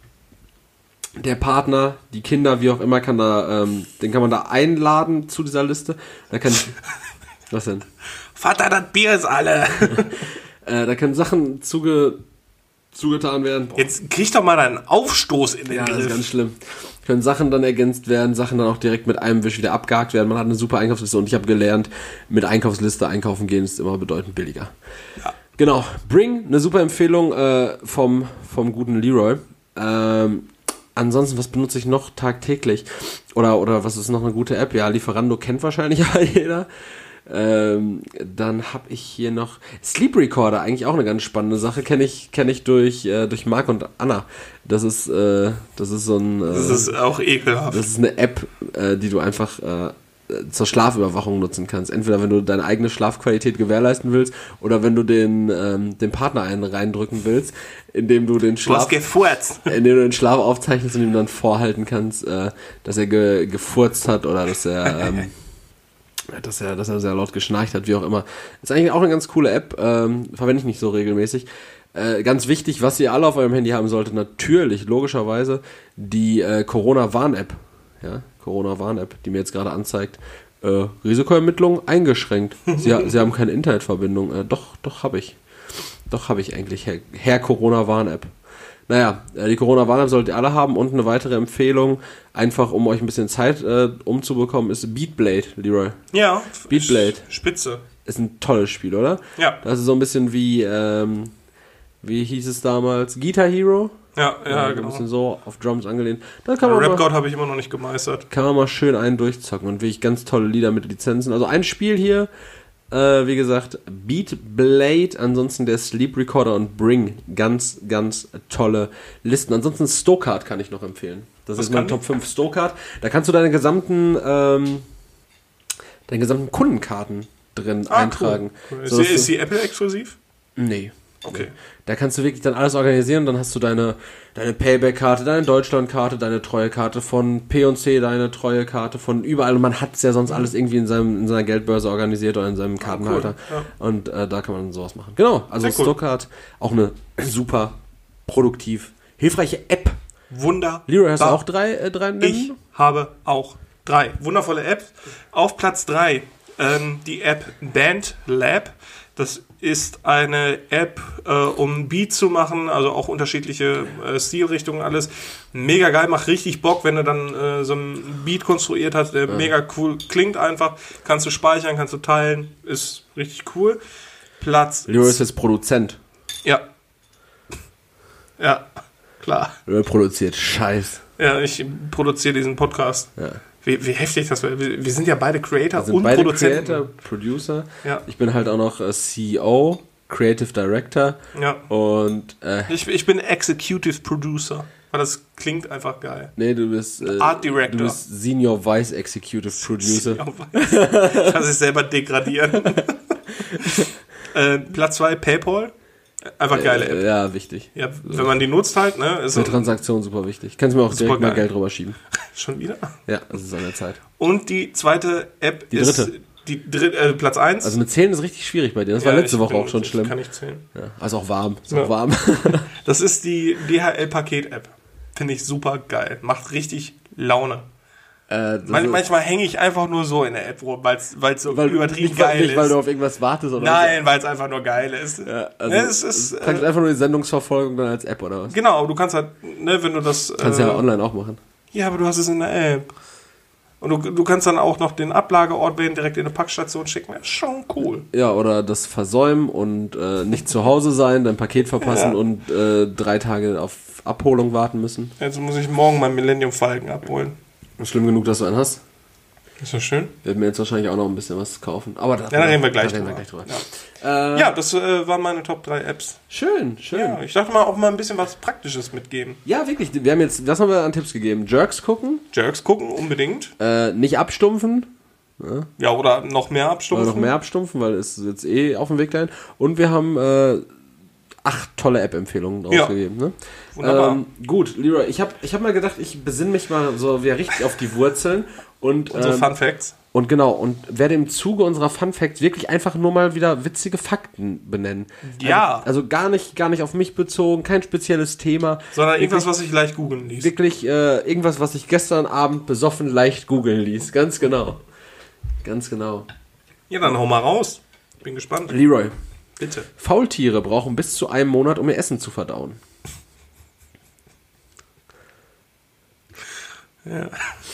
Speaker 2: der Partner, die Kinder, wie auch immer, kann da, ähm, den kann man da einladen zu dieser Liste. Da kann was denn?
Speaker 1: Vater, das Bier ist alle.
Speaker 2: äh, da können Sachen zuge, zugetan werden. Boah.
Speaker 1: Jetzt krieg doch mal einen Aufstoß in den
Speaker 2: ja,
Speaker 1: Griff.
Speaker 2: Das ist ganz schlimm. Können Sachen dann ergänzt werden, Sachen dann auch direkt mit einem Wisch wieder abgehakt werden. Man hat eine super Einkaufsliste und ich habe gelernt, mit Einkaufsliste einkaufen gehen ist immer bedeutend billiger.
Speaker 1: Ja.
Speaker 2: Genau. Bring, eine super Empfehlung äh, vom, vom guten Leroy. Ähm, Ansonsten, was benutze ich noch tagtäglich? Oder, oder was ist noch eine gute App? Ja, Lieferando kennt wahrscheinlich jeder. Ähm, dann habe ich hier noch Sleep Recorder, eigentlich auch eine ganz spannende Sache. Kenne ich, kenn ich durch, äh, durch Marc und Anna. Das ist, äh, das ist so ein... Äh,
Speaker 1: das ist auch ekelhaft.
Speaker 2: Das ist eine App, äh, die du einfach... Äh, zur Schlafüberwachung nutzen kannst. Entweder wenn du deine eigene Schlafqualität gewährleisten willst oder wenn du den, ähm, den Partner einen reindrücken willst, indem du den Schlaf,
Speaker 1: du hast gefurzt.
Speaker 2: indem du den Schlaf aufzeichnest und ihm dann vorhalten kannst, äh, dass er ge, gefurzt hat oder dass er, ähm, dass er, dass er sehr laut geschnarcht hat, wie auch immer. Ist eigentlich auch eine ganz coole App, ähm, verwende ich nicht so regelmäßig. Äh, ganz wichtig, was ihr alle auf eurem Handy haben solltet, natürlich, logischerweise, die äh, Corona-Warn-App. Ja, Corona-Warn-App, die mir jetzt gerade anzeigt, äh, Risikoermittlung eingeschränkt. Sie, Sie haben keine Internetverbindung. Äh, doch, doch habe ich. Doch habe ich eigentlich, Herr, Herr Corona-Warn-App. Naja, äh, die Corona-Warn-App solltet ihr alle haben und eine weitere Empfehlung, einfach um euch ein bisschen Zeit äh, umzubekommen, ist Beatblade, Leroy.
Speaker 1: Ja,
Speaker 2: Beatblade.
Speaker 1: Spitze.
Speaker 2: Ist ein tolles Spiel, oder?
Speaker 1: Ja.
Speaker 2: Das ist so ein bisschen wie, ähm, wie hieß es damals? Guitar Hero?
Speaker 1: Ja, ja, ja, genau.
Speaker 2: Ein bisschen so auf Drums angelehnt. Da kann man
Speaker 1: Rap God habe ich immer noch nicht gemeistert.
Speaker 2: Kann man mal schön einen durchzocken und wirklich ganz tolle Lieder mit Lizenzen. Also ein Spiel hier, äh, wie gesagt, Beatblade, ansonsten der Sleep Recorder und Bring. Ganz, ganz tolle Listen. Ansonsten Stokart kann ich noch empfehlen. Das
Speaker 1: Was
Speaker 2: ist mein Top fünf Stokart. Da kannst du deine gesamten, ähm, deine gesamten Kundenkarten drin ah, eintragen.
Speaker 1: Cool. Cool. So, ist, die, ist die Apple exklusiv?
Speaker 2: Nee.
Speaker 1: Okay.
Speaker 2: Da kannst du wirklich dann alles organisieren, dann hast du deine, deine Payback-Karte, deine Deutschland-Karte, deine Treuekarte von P und C, deine Treuekarte von überall. Und man hat es ja sonst alles irgendwie in, seinem, in seiner Geldbörse organisiert oder in seinem Kartenhalter.
Speaker 1: Cool. Ja.
Speaker 2: Und äh, da kann man sowas machen. Genau, also cool. Stokart, auch eine super produktiv hilfreiche App.
Speaker 1: Wunder.
Speaker 2: Leroy, hast du auch drei, äh, drei nennen?
Speaker 1: Ich habe auch drei. Wundervolle Apps. Auf Platz drei ähm, die App BandLab. Das ist eine App, äh, um Beat zu machen, also auch unterschiedliche äh, Stilrichtungen, alles. Mega geil, macht richtig Bock, wenn du dann äh, so einen Beat konstruiert hast, der ja. mega cool klingt einfach. Kannst du speichern, kannst du teilen, ist richtig cool. Platz...
Speaker 2: Leroy ist jetzt Produzent.
Speaker 1: Ja. Ja, klar.
Speaker 2: Leroy produziert Scheiß.
Speaker 1: Ja, ich produziere diesen Podcast. Ja. Wie, wie heftig das wäre. Wir, wir sind ja beide Creator
Speaker 2: sind
Speaker 1: und
Speaker 2: beide
Speaker 1: Produzenten.
Speaker 2: Creator, Producer.
Speaker 1: Ja.
Speaker 2: Ich bin halt auch noch äh, C E O, Creative Director.
Speaker 1: Ja.
Speaker 2: Und äh,
Speaker 1: ich, ich bin Executive Producer, weil das klingt einfach geil.
Speaker 2: Nee, du bist äh,
Speaker 1: Art Director.
Speaker 2: Du bist Senior Vice Executive Producer.
Speaker 1: Senior Vice. Kann sich selber degradieren. äh, Platz zwei PayPal. Einfach geile App.
Speaker 2: Äh, ja, wichtig.
Speaker 1: Ja, wenn man die nutzt halt, ne?
Speaker 2: Ist eine Transaktion super wichtig. Kannst du mir auch direkt mal Geld drüber schieben.
Speaker 1: Schon wieder?
Speaker 2: Ja, das ist an der Zeit.
Speaker 1: Und die zweite App
Speaker 2: die
Speaker 1: ist
Speaker 2: dritte.
Speaker 1: die dritte, äh, Platz eins.
Speaker 2: Also mit Zählen ist richtig schwierig bei dir. Das ja, war letzte Woche
Speaker 1: bin,
Speaker 2: auch schon schlimm.
Speaker 1: Kann ich zählen.
Speaker 2: Ja, also auch warm. Ist
Speaker 1: ja.
Speaker 2: auch warm.
Speaker 1: Das ist die D H L-Paket-App. Finde ich super geil. Macht richtig Laune. Äh, Man, manchmal hänge ich einfach nur so in der App rum, weil es so
Speaker 2: weil,
Speaker 1: übertrieben
Speaker 2: nicht,
Speaker 1: geil
Speaker 2: nicht,
Speaker 1: ist.
Speaker 2: Nicht, weil du auf irgendwas wartest oder
Speaker 1: Nein, weil es einfach nur geil ist.
Speaker 2: Ja, also
Speaker 1: ne, es ist
Speaker 2: du kannst äh, einfach nur die Sendungsverfolgung dann als App oder was?
Speaker 1: Genau, du kannst halt, ne, wenn du das...
Speaker 2: Kannst äh, ja online auch machen.
Speaker 1: Ja, aber du hast es in der App. Und du, du kannst dann auch noch den Ablageort wählen, direkt in eine Packstation schicken. Das ist schon cool.
Speaker 2: Ja, oder das versäumen und äh, nicht zu Hause sein, dein Paket verpassen ja. und äh, drei Tage auf Abholung warten müssen.
Speaker 1: Jetzt muss ich morgen mein Millennium Falcon abholen.
Speaker 2: Schlimm genug, dass du einen hast.
Speaker 1: Ist das schön?
Speaker 2: Werden wir jetzt wahrscheinlich auch noch ein bisschen was kaufen. Aber da,
Speaker 1: ja, da reden wir gleich,
Speaker 2: da
Speaker 1: drüber.
Speaker 2: Reden wir gleich drüber.
Speaker 1: Ja, äh, ja das äh, waren meine Top drei Apps.
Speaker 2: Schön, schön.
Speaker 1: Ja, ich dachte mal auch mal ein bisschen was Praktisches mitgeben.
Speaker 2: Ja, wirklich. Wir haben jetzt, was haben wir an Tipps gegeben? Jerks gucken.
Speaker 1: Jerks gucken, unbedingt.
Speaker 2: Äh, nicht abstumpfen.
Speaker 1: Ja. ja, oder noch mehr abstumpfen.
Speaker 2: Oder noch mehr abstumpfen, weil es jetzt eh auf dem Weg dahin. Und wir haben äh, acht tolle App-Empfehlungen rausgegeben. Ja. Ne?
Speaker 1: Wunderbar.
Speaker 2: Ähm, gut, Leroy, ich habe ich hab mal gedacht, ich besinne mich mal so wieder richtig auf die Wurzeln. Und,
Speaker 1: Unsere
Speaker 2: ähm,
Speaker 1: Fun Facts.
Speaker 2: Und genau, und werde im Zuge unserer Fun Facts wirklich einfach nur mal wieder witzige Fakten benennen.
Speaker 1: Ja.
Speaker 2: Also, also gar nicht, gar nicht auf mich bezogen, kein spezielles Thema.
Speaker 1: Sondern
Speaker 2: wirklich,
Speaker 1: irgendwas, was ich leicht googeln ließ.
Speaker 2: Wirklich äh, irgendwas, was ich gestern Abend besoffen leicht googeln ließ. Ganz genau. Ganz genau.
Speaker 1: Ja, dann hau mal raus. Bin gespannt.
Speaker 2: Leroy.
Speaker 1: Bitte.
Speaker 2: Faultiere brauchen bis zu einem Monat, um ihr Essen zu verdauen.
Speaker 1: Ja.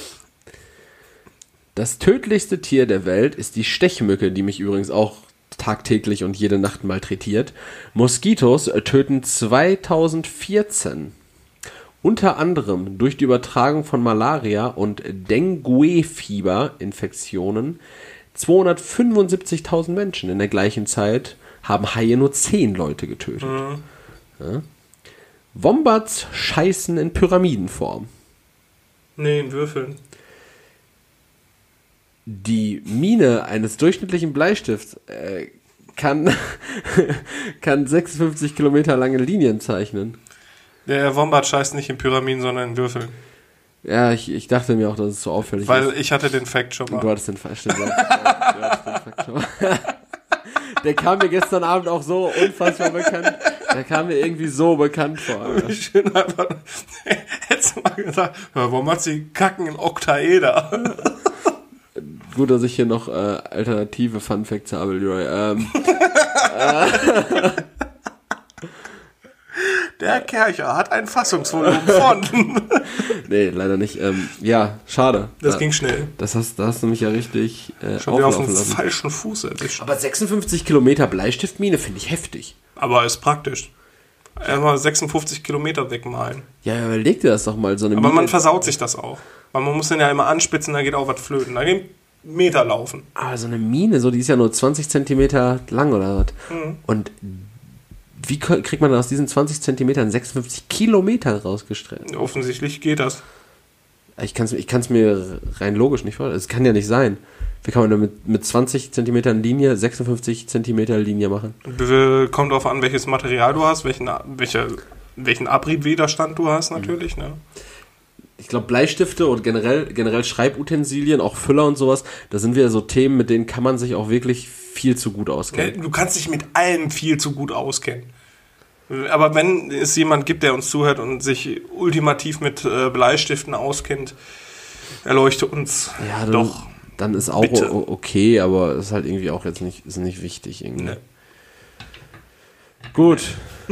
Speaker 2: Das tödlichste Tier der Welt ist die Stechmücke, die mich übrigens auch tagtäglich und jede Nacht malträtiert. Moskitos töten zweitausendvierzehn. Unter anderem durch die Übertragung von Malaria und Dengue-Fieber-Infektionen zweihundertfünfundsiebzigtausend Menschen. In der gleichen Zeit haben Haie nur zehn Leute getötet. Mhm. Ja. Wombats scheißen in Pyramidenform.
Speaker 1: Nee, in Würfeln.
Speaker 2: Die Mine eines durchschnittlichen Bleistifts äh, kann, kann sechsundfünfzig Kilometer lange Linien zeichnen.
Speaker 1: Der Wombat scheißt nicht in Pyramiden, sondern in Würfeln.
Speaker 2: Ja, ich, ich dachte mir auch, dass es so auffällig
Speaker 1: Weil
Speaker 2: ist.
Speaker 1: Weil ich hatte den Fact schon mal.
Speaker 2: Du hattest den Fact, stimmt, du hattest den Fact schon mal. Der kam mir gestern Abend auch so unfassbar bekannt. Der kam mir irgendwie so bekannt vor.
Speaker 1: Wie schön einfach. Hättest du mal gesagt, warum hat sie kacken in Oktaeder?
Speaker 2: Gut, dass ich hier noch äh, alternative Fun Facts habe, Leroy. Ähm, äh,
Speaker 1: Der Kercher hat ein Fassungsvolumen von.
Speaker 2: Nee, leider nicht. Ähm, ja, schade.
Speaker 1: Das
Speaker 2: da,
Speaker 1: ging schnell.
Speaker 2: Das hast, da hast du mich ja richtig äh,
Speaker 1: Schon wieder auf dem
Speaker 2: lassen.
Speaker 1: falschen Fuß erwischt.
Speaker 2: Aber sechsundfünfzig Kilometer Bleistiftmine finde ich heftig.
Speaker 1: Aber ist praktisch. Einmal sechsundfünfzig Kilometer wegmalen.
Speaker 2: Ja, überleg dir das doch mal. So eine
Speaker 1: Aber
Speaker 2: Mine.
Speaker 1: man versaut sich das auch. Weil man muss den ja immer anspitzen, da geht auch was flöten. Da gehen Meter laufen.
Speaker 2: Aber so eine Mine, so, die ist ja nur zwanzig Zentimeter lang oder was. Mhm. Und wie kriegt man aus diesen zwanzig Zentimetern sechsundfünfzig Kilometer rausgestreckt?
Speaker 1: Offensichtlich geht das.
Speaker 2: Ich kann es ich kann's mir rein logisch nicht vorstellen. Es kann ja nicht sein. Wie kann man denn mit, mit zwanzig Zentimetern Linie sechsundfünfzig Zentimeter Linie machen?
Speaker 1: Kommt darauf an, welches Material du hast, welchen, welche, welchen Abriebwiderstand du hast natürlich. Mhm. Ne?
Speaker 2: Ich glaube, Bleistifte und generell, generell Schreibutensilien, auch Füller und sowas, da sind wieder so Themen, mit denen kann man sich auch wirklich viel zu gut auskennen.
Speaker 1: Du kannst dich mit allem viel zu gut auskennen. Aber wenn es jemand gibt, der uns zuhört und sich ultimativ mit äh, Bleistiften auskennt, erleuchte uns
Speaker 2: ja, dann,
Speaker 1: doch.
Speaker 2: Dann ist auch bitte. Okay, aber ist halt irgendwie auch jetzt nicht, ist nicht wichtig irgendwie. Nee. Gut.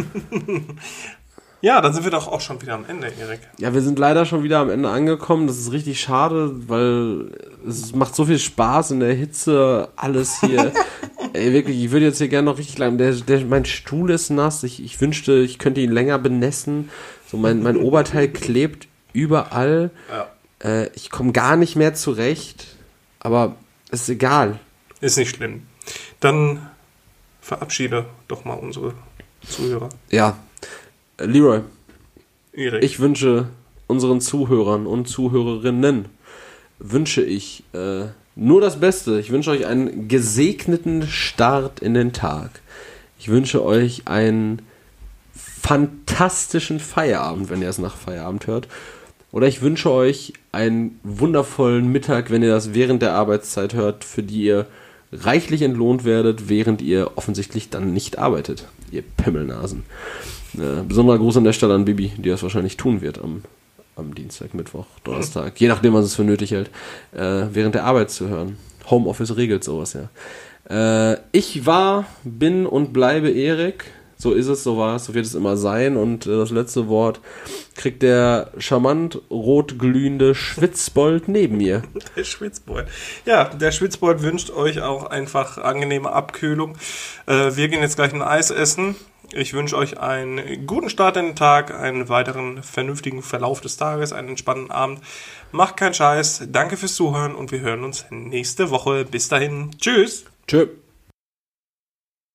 Speaker 1: Ja, dann sind wir doch auch schon wieder am Ende, Erik.
Speaker 2: Ja, wir sind leider schon wieder am Ende angekommen. Das ist richtig schade, weil es macht so viel Spaß in der Hitze, alles hier. Ey, wirklich, ich würde jetzt hier gerne noch richtig lang. Der, der, mein Stuhl ist nass. Ich, ich wünschte, ich könnte ihn länger benässen. So, mein, mein Oberteil klebt überall. Ja. Äh, ich komme gar nicht mehr zurecht. Aber ist egal.
Speaker 1: Ist nicht schlimm. Dann verabschiede doch mal unsere Zuhörer.
Speaker 2: Ja. Leroy,
Speaker 1: Erik.
Speaker 2: Ich wünsche unseren Zuhörern und Zuhörerinnen, wünsche ich äh, nur das Beste. Ich wünsche euch einen gesegneten Start in den Tag. Ich wünsche euch einen fantastischen Feierabend, wenn ihr es nach Feierabend hört. Oder ich wünsche euch einen wundervollen Mittag, wenn ihr das während der Arbeitszeit hört, für die ihr reichlich entlohnt werdet, während ihr offensichtlich dann nicht arbeitet. Ihr Pimmelnasen. Äh, besonderer Gruß an der Stelle an Bibi, die das wahrscheinlich tun wird am, am Dienstag, Mittwoch, Donnerstag, je nachdem, was es für nötig hält, äh, während der Arbeit zu hören. Homeoffice regelt sowas, ja. Äh, ich war, bin und bleibe Erik. So ist es, so war es, so wird es immer sein. Und äh, das letzte Wort kriegt der charmant rot glühende Schwitzbold neben mir.
Speaker 1: Der Schwitzbold. Ja, der Schwitzbold wünscht euch auch einfach angenehme Abkühlung. Äh, wir gehen jetzt gleich ein Eis essen. Ich wünsche euch einen guten Start in den Tag, einen weiteren vernünftigen Verlauf des Tages, einen entspannten Abend. Macht keinen Scheiß. Danke fürs Zuhören und wir hören uns nächste Woche. Bis dahin. Tschüss.
Speaker 2: Tschö.